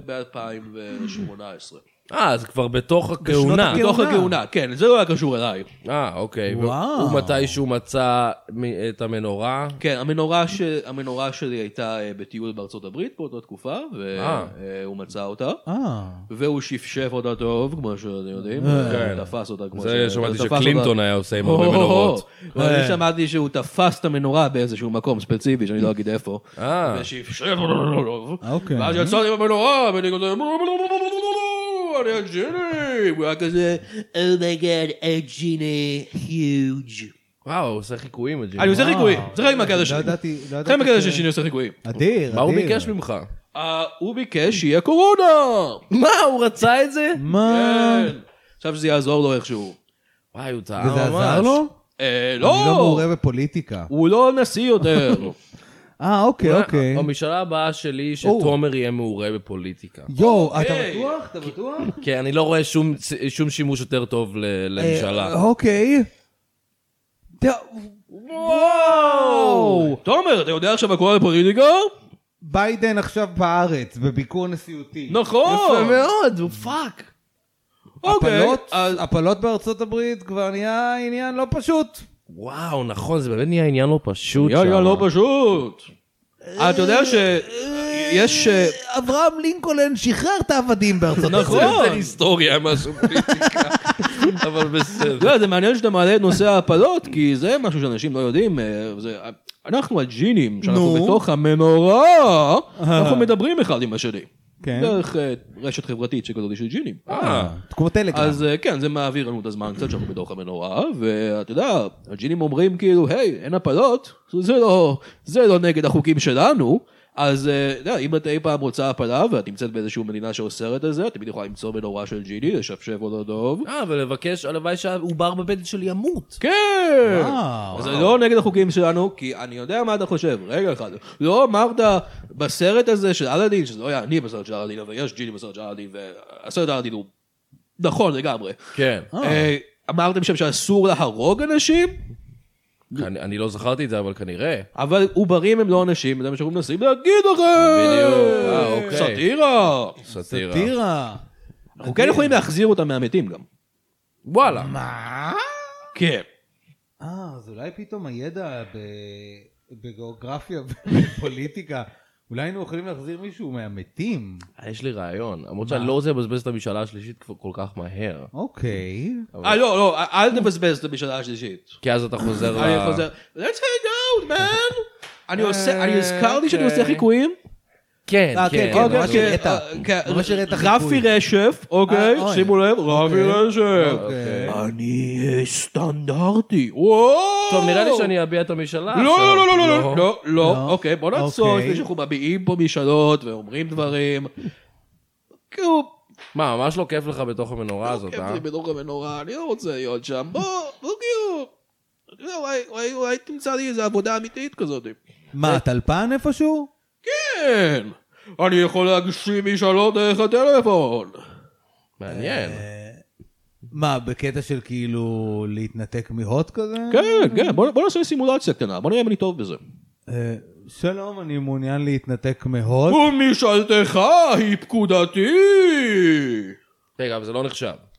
ב-2018. אז כבר בתוך הכהונה. בתוך הכהונה, כן, זה לא היה קשור אליי. אוקיי. וואו. הוא מתישהו מצא את המנורה. כן, המנורה שלי הייתה בטיול בארצות הברית באותה תקופה, והוא מצא אותה, והוא שפשף אותה טוב, כמו שאתם יודעים, תפס אותה כמו זה שמעתי שקלינטון היה עושה עם הרבה מנורות. אני שמעתי שהוא תפס את המנורה באיזשהו מקום ספציפי, שאני לא אגיד איפה, ושפשף אותה טוב, ואז יצאתי במנורה, ואני כזה... אני הג'יני, הוא היה כזה, אומייגאד, הג'יני, huge. וואו, הוא עושה חיקויים, הג'יני. אני עושה חיקויים, זה חלק מהקטע שלי. לא ידעתי חלק מהקטע שלי עושה חיקויים. אדיר. מה הוא ביקש ממך? הוא ביקש שיהיה קורונה. מה, הוא רצה את זה? מה? כן. עכשיו שזה יעזור לו איכשהו. וואי, הוא טעה ממש. וזה עזר לו? לא. אני לא מעורה בפוליטיקה. הוא לא נשיא יותר. אוקיי. המשאלה הבאה שלי שתומר יהיה מעורה בפוליטיקה. יואו, אתה בטוח? אתה בטוח? כן, אני לא רואה שום שימוש יותר טוב לממשלה. אוקיי. וואו! תומר, אתה יודע עכשיו מה קורה בפוליטיקה? ביידן עכשיו בארץ, בביקור נשיאותי. נכון. יפה מאוד, הוא פאק. הפלות בארצות הברית כבר נהיה עניין לא פשוט. וואו, נכון, זה באמת נהיה עניין לא פשוט. נהיה לא פשוט. אתה יודע שיש... אברהם לינקולן שחרר את העבדים בארצות הברית. זה יותר היסטוריה משהו פוליטיקה, אבל בסדר. זה מעניין שאתה מעלה את נושא ההפלות, כי זה משהו שאנשים לא יודעים. אנחנו הג'ינים, שאנחנו בתוך המנורה, אנחנו מדברים אחד עם השני. דרך רשת חברתית שכזאת של ג'ינים. כמו טלגרם. אז כן, זה מעביר לנו את הזמן קצת שאנחנו בתוך המנורה, ואתה יודע, הג'ינים אומרים כאילו, היי, אין הפלות, זה לא נגד החוקים שלנו, אז אם את אי פעם רוצה הפלה, ואת נמצאת באיזושהי מדינה שאוסרת על זה, את תמיד יכולה למצוא מנורה של ג'יני, לשפשף אותו טוב. ולבקש, הלוואי שהעובר בבטן שלי ימות. כן! אז זה לא נגד החוקים שלנו, כי אני יודע מה אתה חושב, רגע אחד. לא אמרת בסרט הזה של אלאדין, שזה לא היה אני בסרט של אלאדין, אבל יש ג'יני בסרט של אלאדין, והסרט אלאדין הוא נכון לגמרי. כן. אמרתם שם שאסור להרוג אנשים? אני לא זכרתי את זה, אבל כנראה. אבל עוברים הם לא אנשים, זה מה שאנחנו מנסים להגיד לכם. בדיוק. סאטירה. אנחנו כן יכולים להחזיר אותם מהמתים גם. וואלה. מה? כן. אז אולי פתאום הידע בגיאוגרפיה ובפוליטיקיה, אולי היינו יכולים להחזיר מישהו מהמתים. יש לי רעיון, למרות שאני לא רוצה לבזבז את המשאלה השלישית כל כך מהר. אוקיי. לא, אל תבזבז את המשאלה השלישית. כי אז אתה חוזר אני חוזר, let's hang out, man. אני הזכרתי שאני עושה חיקויים. כן, כן. ממש הראית רפי רשף, אוקיי, שימו לב, רפי רשף. אני סטנדרטי, וואו. טוב, נראה לי שאני אביע את המשאלה. לא, אוקיי, בוא נעצור, לפני שאנחנו מביעים פה משאלות ואומרים דברים. מה, ממש לא כיף לך בתוך המנורה הזאת, כיף לי בתוך המנורה, אני לא רוצה להיות שם, בוא כאילו, אולי תמצא לי איזו עבודה אמיתית כזאת. מה, טלפן איפשהו? כן, אני יכול להגשים משאלות דרך הטלפון. מעניין. מה, בקטע של כאילו להתנתק מהוט כזה? כן, בוא נעשה סימולציה קטנה, בוא נראה אם אני טוב בזה. שלום, אני מעוניין להתנתק מהוט. ומשאלתך היא פקודתי. רגע, אבל זה לא נחשב.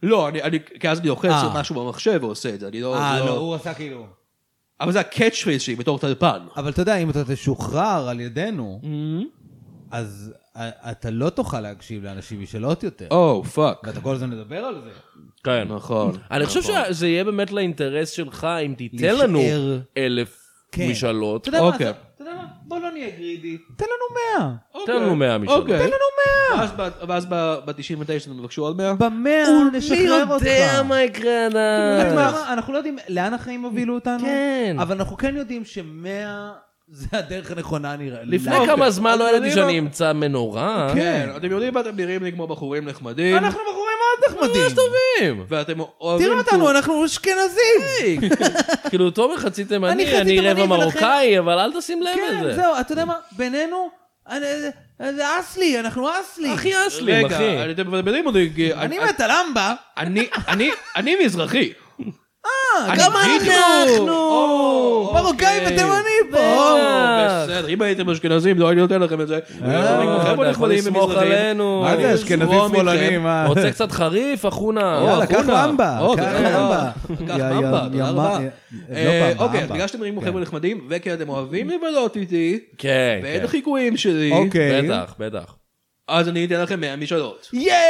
לא, כי אז אני לוחץ משהו במחשב ועושה את זה, אני לא... לא, הוא עשה כאילו... אבל זה הקאץ' פרייז שלי בתור טלפן. אבל אתה יודע, אם אתה תשוחרר על ידינו, אז אתה לא תוכל להקשיב לאנשים משאלות יותר. פאק. ואתה כל הזמן מדבר על זה. כן. נכון. אני חושב שזה יהיה באמת לאינטרס שלך אם תיתן לנו 1,000 משאלות. אתה יודע מה? בוא לא נהיה גרידי. תן לנו 100. תן לנו 100 משאלות. תן לנו 100. ואז ב-99 נבקשו עוד 100? ב-100 נשחרר אותך. מי יודע מה יקרה עד אז. אנחנו לא יודעים לאן החיים הובילו אותנו. כן. אבל אנחנו כן יודעים ש100 זה הדרך הנכונה נראה. לפני כמה זמן לא ידעתי שאני אמצא מנורה. כן, אתם יודעים, אתם נראים לי כמו בחורים נחמדים. אנחנו בחורים מאוד נחמדים. ממש טובים. ואתם אוהבים... תראו אותנו, אנחנו אשכנזים. כאילו, תומר חצי תימני, אני רבע מרוקאי, אבל אל תשים לב כן, לזה. זהו, אתה יודע מה? בינינו, זה אסלי, אנחנו אסלי. הכי אסלים, אחי. רגע, אתם מדברים אותי... אני מת על אמבה. אני מזרחי. גם אנחנו! מרוקאי ותימני פה. בסדר, אם הייתם אשכנזים, לא הייתי נותן לכם את זה. אתה יכול לסמוך עלינו. מה זה אשכנזים שמאלנים? רוצה קצת חריף, אחונה? יאללה, קח אמבה. קח אמבה, תודה רבה. אוקיי, אז בגלל שאתם נראים חבר'ה נחמדים, וכי אתם אוהבים לבלות איתי, כן, ואת כן. החיקויים שלי, בטח, בטח. אז אני אתן לכם 100 משאלות.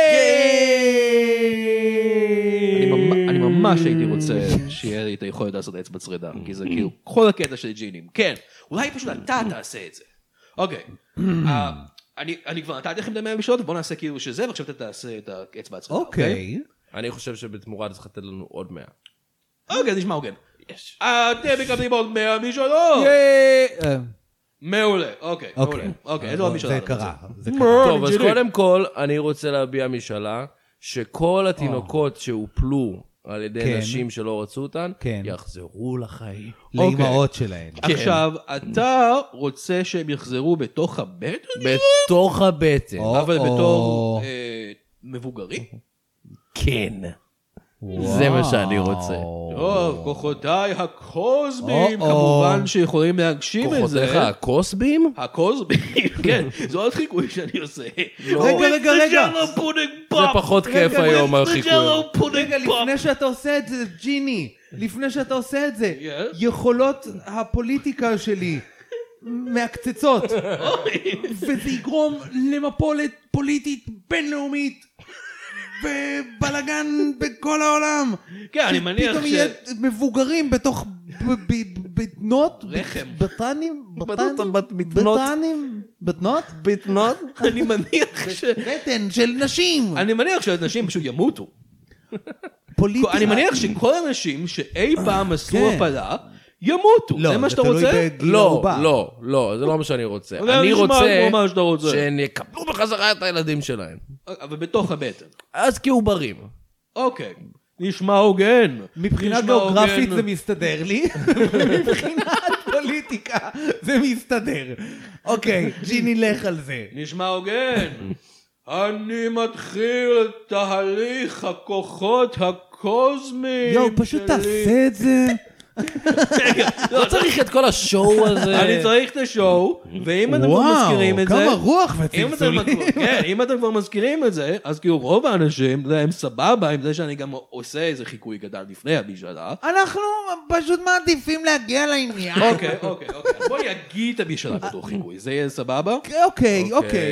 אני ממש הייתי רוצה שיהיה לי את היכולת לעשות אצבע צרידה, כי זה כאילו כל הקטע של ג'ינים. כן, אולי פשוט אתה תעשה את זה. אוקיי, אני כבר נתתי לכם את 100 משאלות, בוא נעשה כאילו שזה, ועכשיו אתה תעשה את האצבע הצרידה. אוקיי. אני חושב שבתמורה צריך לתת לנו עוד 100. אוקיי, זה נשמע הוגן. אתם מקבלים עוד 100 משאלות. מעולה, אוקיי, מעולה. אוקיי, איזה עוד משאלה? זה קרה. טוב, אז קודם כל, אני רוצה להביע משאלה, שכל התינוקות שהופלו על ידי נשים שלא רצו אותן, יחזרו לחיים. לאמהות שלהן. עכשיו, אתה רוצה שהם יחזרו בתוך הבטן? בתוך הבטן. אבל בתור מבוגרים? כן. זה מה שאני רוצה. טוב, כוחותיי הקוסמים, כמובן שיכולים להגשים את זה. כוחותיך הקוסבים? הקוסמים, כן, זו עוד חיקוי שאני עושה. רגע. זה פחות כיף היום החיקוי. רגע, לפני שאתה עושה את זה, ג'יני, לפני שאתה עושה את זה, יכולות הפוליטיקה שלי מהקצצות, וזה יגרום למפולת פוליטית בינלאומית. ובלגן בכל העולם. כן, אני מניח פתאום יהיה מבוגרים בתוך בטנות? רחם. בטנות? אני מניח בטן של נשים. אני מניח שאנשים פשוט ימותו. פוליטיקה. אני מניח שכל האנשים שאי פעם עשו הפלה, ימותו. זה מה שאתה רוצה? לא, זה לא מה שאני רוצה. אני רוצה שהם יקבלו בחזרה את הילדים שלהם. אבל בתוך הבטן. אז כעוברים. אוקיי. נשמע הוגן. מבחינה גיאוגרפית זה מסתדר לי, ומבחינת פוליטיקה זה מסתדר. אוקיי, ג'יני לך על זה. נשמע הוגן. אני מתחיל את תהליך הכוחות הקוסמיים יואו, פשוט תעשה את זה. לא צריך את כל השואו הזה. אני צריך את השואו, ואם אתם כבר מזכירים את זה... כמה רוח וצלצולים. כן, אם אתם כבר מזכירים את זה, אז כאילו רוב האנשים, הם סבבה עם זה שאני גם עושה איזה חיקוי קטן לפני המשאלה. אנחנו פשוט מעדיפים להגיע לעניין. אוקיי. בוא נגיד את המשאלה בתור חיקוי, זה יהיה סבבה? אוקיי.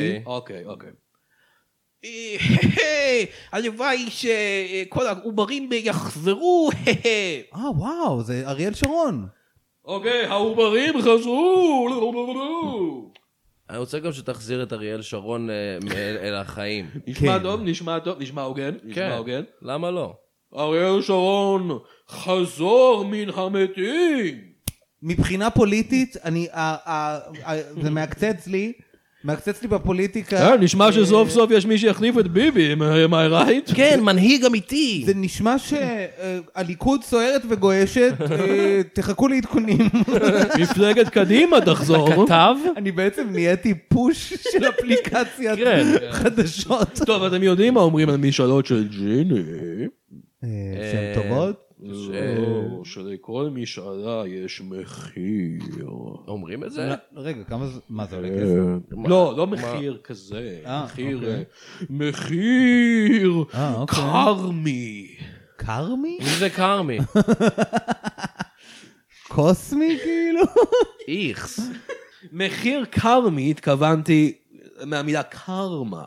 הלוואי שכל העוברים יחזרו. וואו, זה אריאל שרון. אוקיי, העוברים חזרו. אני רוצה גם שתחזיר את אריאל שרון אל החיים. נשמע הוגן. למה לא? אריאל שרון חזור מן המתים. מבחינה פוליטית, זה מעקצץ לי בפוליטיקה. נשמע שסוף סוף יש מי שיחליף את ביבי, am I right? כן, מנהיג אמיתי. זה נשמע שהליכוד סוערת וגועשת, תחכו לעדכונים. מפלגת קדימה תחזור. כתב? אני בעצם נהייתי פוש של אפליקציית חדשות. טוב, אתם יודעים מה אומרים על משאלות של ג'יני? שהן טובות? שלכל משאלה יש מחיר. אומרים את זה? רגע, מה זה עולה כסף? לא מחיר כזה. מחיר קרמי. קרמי? מי זה קרמי? קוסמי כאילו? איכס. מחיר קרמי התכוונתי מהמילה קרמה.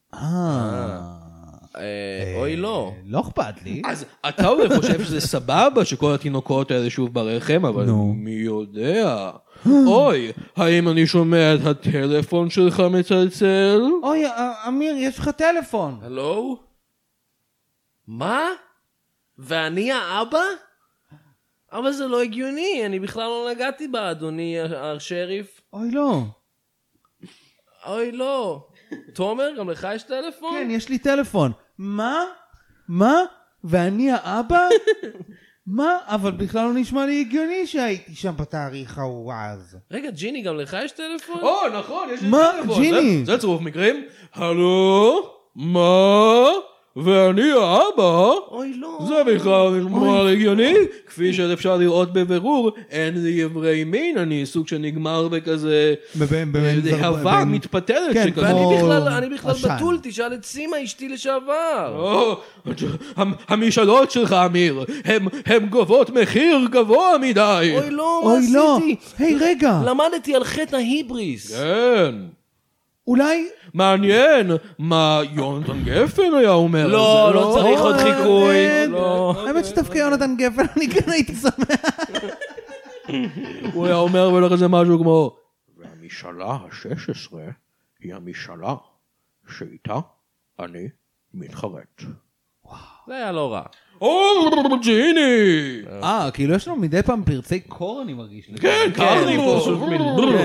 אוי לא. לא אכפת לי. אז אתה אולי חושב שזה סבבה שכל התינוקות האלה שוב ברחם, אבל מי יודע? אוי, האם אני שומע את הטלפון שלך מצלצל? אוי, אמיר, יש לך טלפון. הלו? מה? ואני האבא? אבל זה לא הגיוני, אני בכלל לא נגעתי בה, אדוני השריף. אוי לא. אוי לא. תומר, גם לך יש טלפון? כן, יש לי טלפון. מה? ואני האבא? מה? אבל בכלל לא נשמע לי הגיוני שהייתי שם בתאריך ההוא אז. רגע, ג'יני, גם לך יש טלפון? נכון, יש לי מה? טלפון. ג'יני? זה צירוף מקרים. הלו? מה? ואני האבא? אוי לא. זה בכלל נשמע לי הגיוני. כפי שאפשר לראות בבירור, אין לי איברי מין, אני סוג שנגמר בכזה להבה מתפתלת שכזו. ואני בכלל בטול, תשאל את סימה, אשתי לשעבר. המשאלות שלך, אמיר, הם גובות מחיר גבוה מדי. אוי לא, מה עשיתי? היי, רגע. למדתי על חטא ההיבריס. כן. אולי... מעניין מה יונתן גפן היה אומר. לא, לא צריך עוד חיקוי. האמת שדווקא יונתן גפן, אני כן הייתי שמח. הוא היה אומר ולך איזה משהו כמו, והמשאלה ה-16 היא המשאלה שאיתה אני מתחרט. זה היה לא רע. ג'יני! כאילו יש לנו מדי פעם פרצי קור, אני מרגיש. כן, קרני פשוט מין.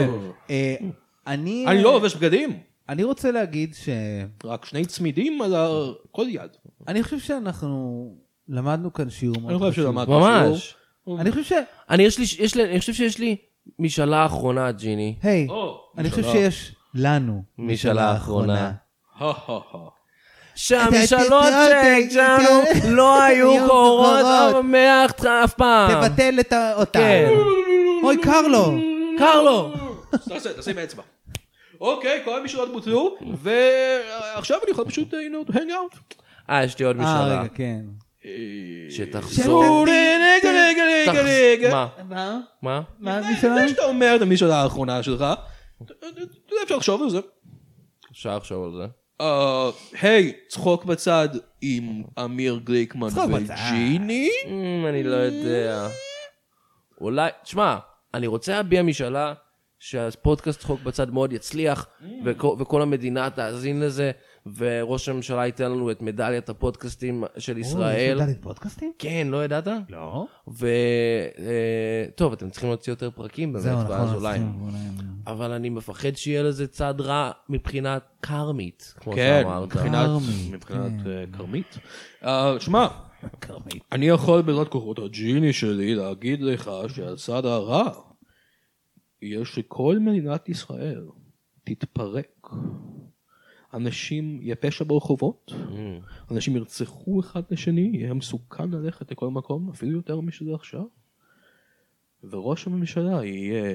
אני לא לובש בגדים. אני רוצה להגיד רק 2 צמידים על כל יד. אני חושב שאנחנו למדנו כאן שיעור מאוד אני חשוב. חושב שלמדנו ממש. אני חושב אני חושב שיש לי משאלה אחרונה, ג'יני. היי, אני חושב שיש לנו משאלה אחרונה. שיעור. שהמשאלות שהג'נו לא היו קורות אף פעם. תבטל אותה. כן. אוי, קרלו. תשים אצבע. אוקיי, כל המשאלות בוטלו, ועכשיו אני יכול פשוט hang out. יש לי עוד משאלה. רגע, כן. שתחזור. רגע. מה? מה המשאלה? לפני שאתה אומר את המשאלה האחרונה שלך, אתה יודע, אפשר לחשוב על זה. אפשר לחשוב על זה. היי, צחוק בצד עם אמיר גליקמן וג'יני? אני לא יודע. אולי, תשמע, אני רוצה להביע משאלה שהפודקאסט צחוק בצד מאוד יצליח, וכל המדינה תאזין לזה, וראש הממשלה ייתן לנו את מדליית הפודקאסטים של ישראל. מדליית פודקאסטים? כן, לא ידעת? לא. טוב, אתם צריכים להוציא יותר פרקים באמת, ואז אולי. אבל אני מפחד שיהיה לזה צד רע מבחינת קרמית, כמו שאמרת. כן, מבחינת קרמית. שמע, אני יכול בעזרת כוחות הג'יני שלי להגיד לך שהצד הרע יהיה שכל מדינת ישראל תתפרק. אנשים יהיה פשע ברחובות, אנשים ירצחו אחד לשני, יהיה מסוכן ללכת לכל מקום, אפילו יותר משזה עכשיו. וראש הממשלה יהיה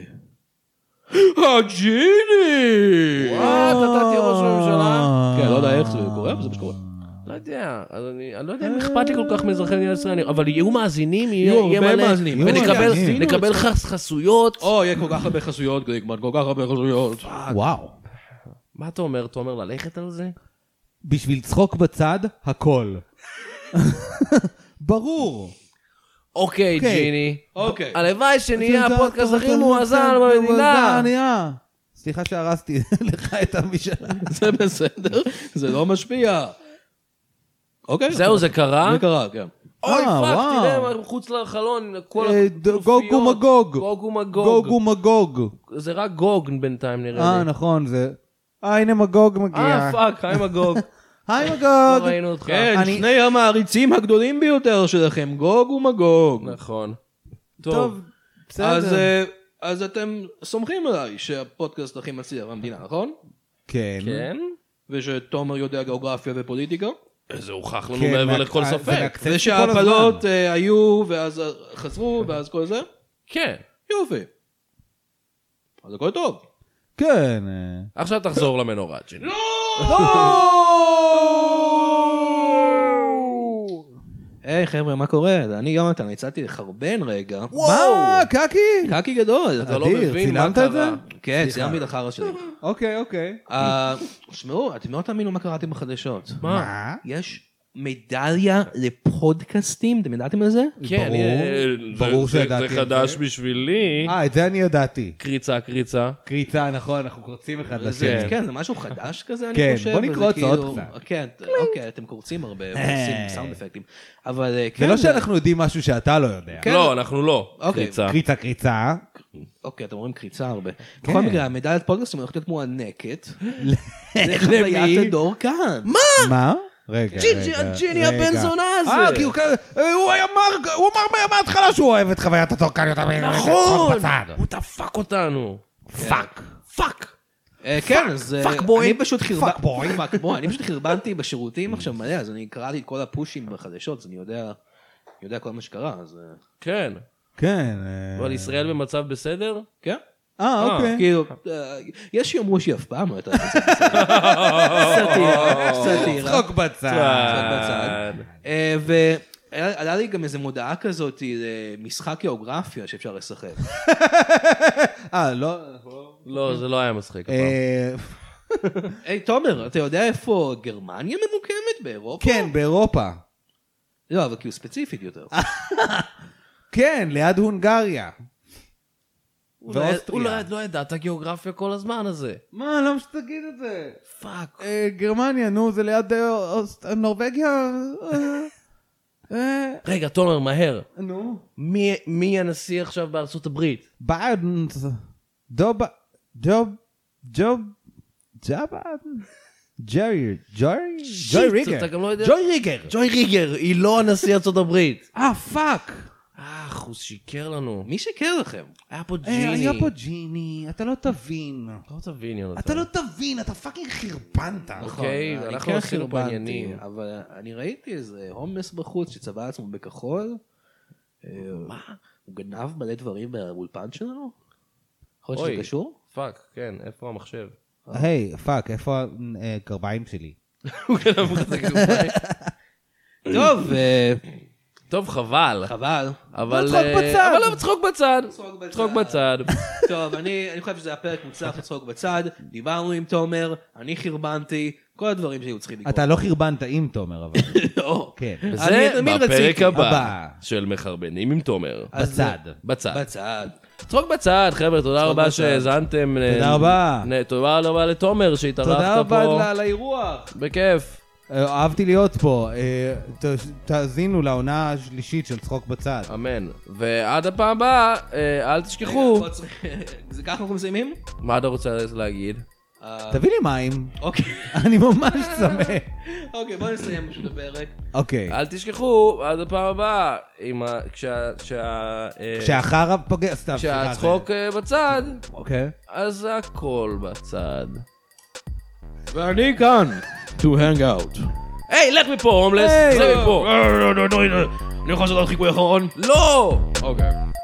הג'יני! וואט, נתתי ראש הממשלה? כן, לא יודע איך זה קורה, אבל זה מה שקורה. לא יודע, אני לא יודע אם אכפת לי כל כך מאזרחי מדינת ישראל, אבל יהיו מאזינים, יהיה הרבה מלא, מאזינים. ונקבל חסויות. יהיה כל כך הרבה חסויות, גליקמן, כל כך הרבה חסויות. וואו. מה אתה אומר? אתה אומר ללכת על זה? בשביל צחוק בצד, הכל. ברור. אוקיי, ג'יני. אוקיי. הלוואי שנהיה הפודקאסט הכי מואזן במדינה. סליחה שהרסתי לך את המשאלה. זה בסדר, זה לא משפיע. אוקיי. זהו, זה קרה? זה קרה, כן. אוי, פאק, תראה, מחוץ לחלון, כל גוג ומגוג. גוג ומגוג. גוג ומגוג. זה רק גוג בינתיים נראה לי. נכון, זה... הנה מגוג מגיע. פאק, היי מגוג. היי מגוג. לא ראינו אותך. כן, שני המעריצים הגדולים ביותר שלכם, גוג ומגוג. נכון. טוב, בסדר. אז אתם סומכים עליי שהפודקאסט הכי מצליח במדינה, נכון? כן. כן? ושתומר יודע גיאוגרפיה ופוליטיקה? זה הוכח לנו מעבר לכל ספק. ושההפלות היו, ואז חזרו, ואז כל זה? כן. יופי. אז הכל טוב. כן. עכשיו תחזור למנורה, ג'יני. היי חבר'ה, מה קורה? אני יונתן, הצעתי לחרבן רגע. מה? קקי? קקי גדול. אתה לא מבין מה צילמת את זה? קרה. כן, צילמתי את החרא שלי. אוקיי. שמעו, אתם לא תאמינו מה קראתי בחדשות. מה? יש מדליה לפודקאסטים, אתם ידעתם על זה? כן, ברור זה שידעתי את זה. חדש בשבילי. את זה אני ידעתי. קריצה. קריצה, נכון, אנחנו קורצים אחד לשני. כן, זה משהו חדש כזה, אני כן, חושב. בוא נקרוץ וזה עוד כאילו- קצת. כן, אוקיי, אתם קורצים הרבה, ועושים סאונד אפקטים. אבל זה כן, לא שאנחנו יודעים משהו שאתה לא יודע. כן. לא, אנחנו לא. אוקיי. קריצה. קריצה. אוקיי, אתם אומרים קריצה הרבה. כן. בכל מקרה, המדליית פודקאסטים הולכת להיות כמו הנקט. לחוויית הדור כאן. מה? רגע. ג'יני הבן זונה הזה. כי הוא אמר מההתחלה שהוא אוהב את חוויית התורקן יותר נכון. בצד. הוא דפק אותנו. פאק. כן, אז פאק בוי. פאק בוי. אני פשוט חרבנתי בשירותים עכשיו מלא, אז אני קראתי את כל הפושים בחדשות, אז אני יודע כל מה שקרה, אז... כן. כן. אבל ישראל במצב בסדר? כן. אוקיי. כאילו, יש שיאמרו שהיא אף פעם לא הייתה בסדר. סאטירה. צחוק בצד. ועלה לי גם איזה מודעה כזאת למשחק גיאוגרפיה שאפשר לשחק. לא. לא, זה לא היה משחק. היי, תומר, אתה יודע איפה גרמניה ממוקמת? באירופה? כן, באירופה. לא, אבל כאילו ספציפית יותר. כן, ליד הונגריה. הוא לא ידע את הגיאוגרפיה כל הזמן הזה. מה, למה שתגיד את זה? פאק. גרמניה, נו, זה ליד נורווגיה? רגע, תומר, מהר. נו. מי הנשיא עכשיו בארצות הברית? ביידן. ג'וי ריגר. אתה גם לא יודע. ג'וי ריגר. היא לא הנשיא ארצות הברית. פאק. הוא שיקר לנו. מי שיקר לכם? היה פה היה פה ג'יני, אתה לא תבין. לא תבין, יונתן. אתה לא תבין, אתה פאקינג חרבנת. אוקיי, אני אנחנו כן עשינו פה חרבנתי, עניינים. אבל אני ראיתי איזה הומלס בחוץ שצבע עצמו בכחול. מה? הוא גנב מלא דברים באולפן שלנו? יכול להיות שזה קשור? פאק, כן, איפה המחשב? היי, פאק, איפה הגרביים שלי? הוא גנב לך את הגרביים. טוב, טוב, חבל. אבל... צחוק בצד. אבל לא, צחוק בצד. טוב, אני חושב שזה הפרק מוצלח לצחוק בצד, דיברנו עם תומר, אני חרבנתי, כל הדברים שהיו צריכים לקרות. אתה לא חרבנת עם תומר, אבל. לא. כן. זה תמיד בפרק רציתי. הבא של מחרבנים עם תומר. בצד. בצד. צחוק בצד, חבר'ה, תודה רבה בצד. שהאזנתם. תודה רבה. תודה רבה לתומר שהתארחת פה. תודה רבה על האירוח. בכיף. אהבתי להיות פה. תאזינו לעונה השלישית של צחוק בצד. אמן. ועד הפעם הבאה, אל תשכחו. זה ככה אנחנו מסיימים? מה אתה רוצה להגיד? תביא לי מים. אוקיי. אני ממש צמא. אוקיי, בוא נסיים פשוט הפרק. אוקיי. אל תשכחו, עד הפעם הבאה, כשהחרא פוגע, סתם. כשהצחוק בצד, אוקיי. אז הכל בצד. ואני כאן, to hang out. היי, לך מפה, הומלס, צא מפה. אני יכול לעשות עוד חיקוי אחרון? לא! אוקיי.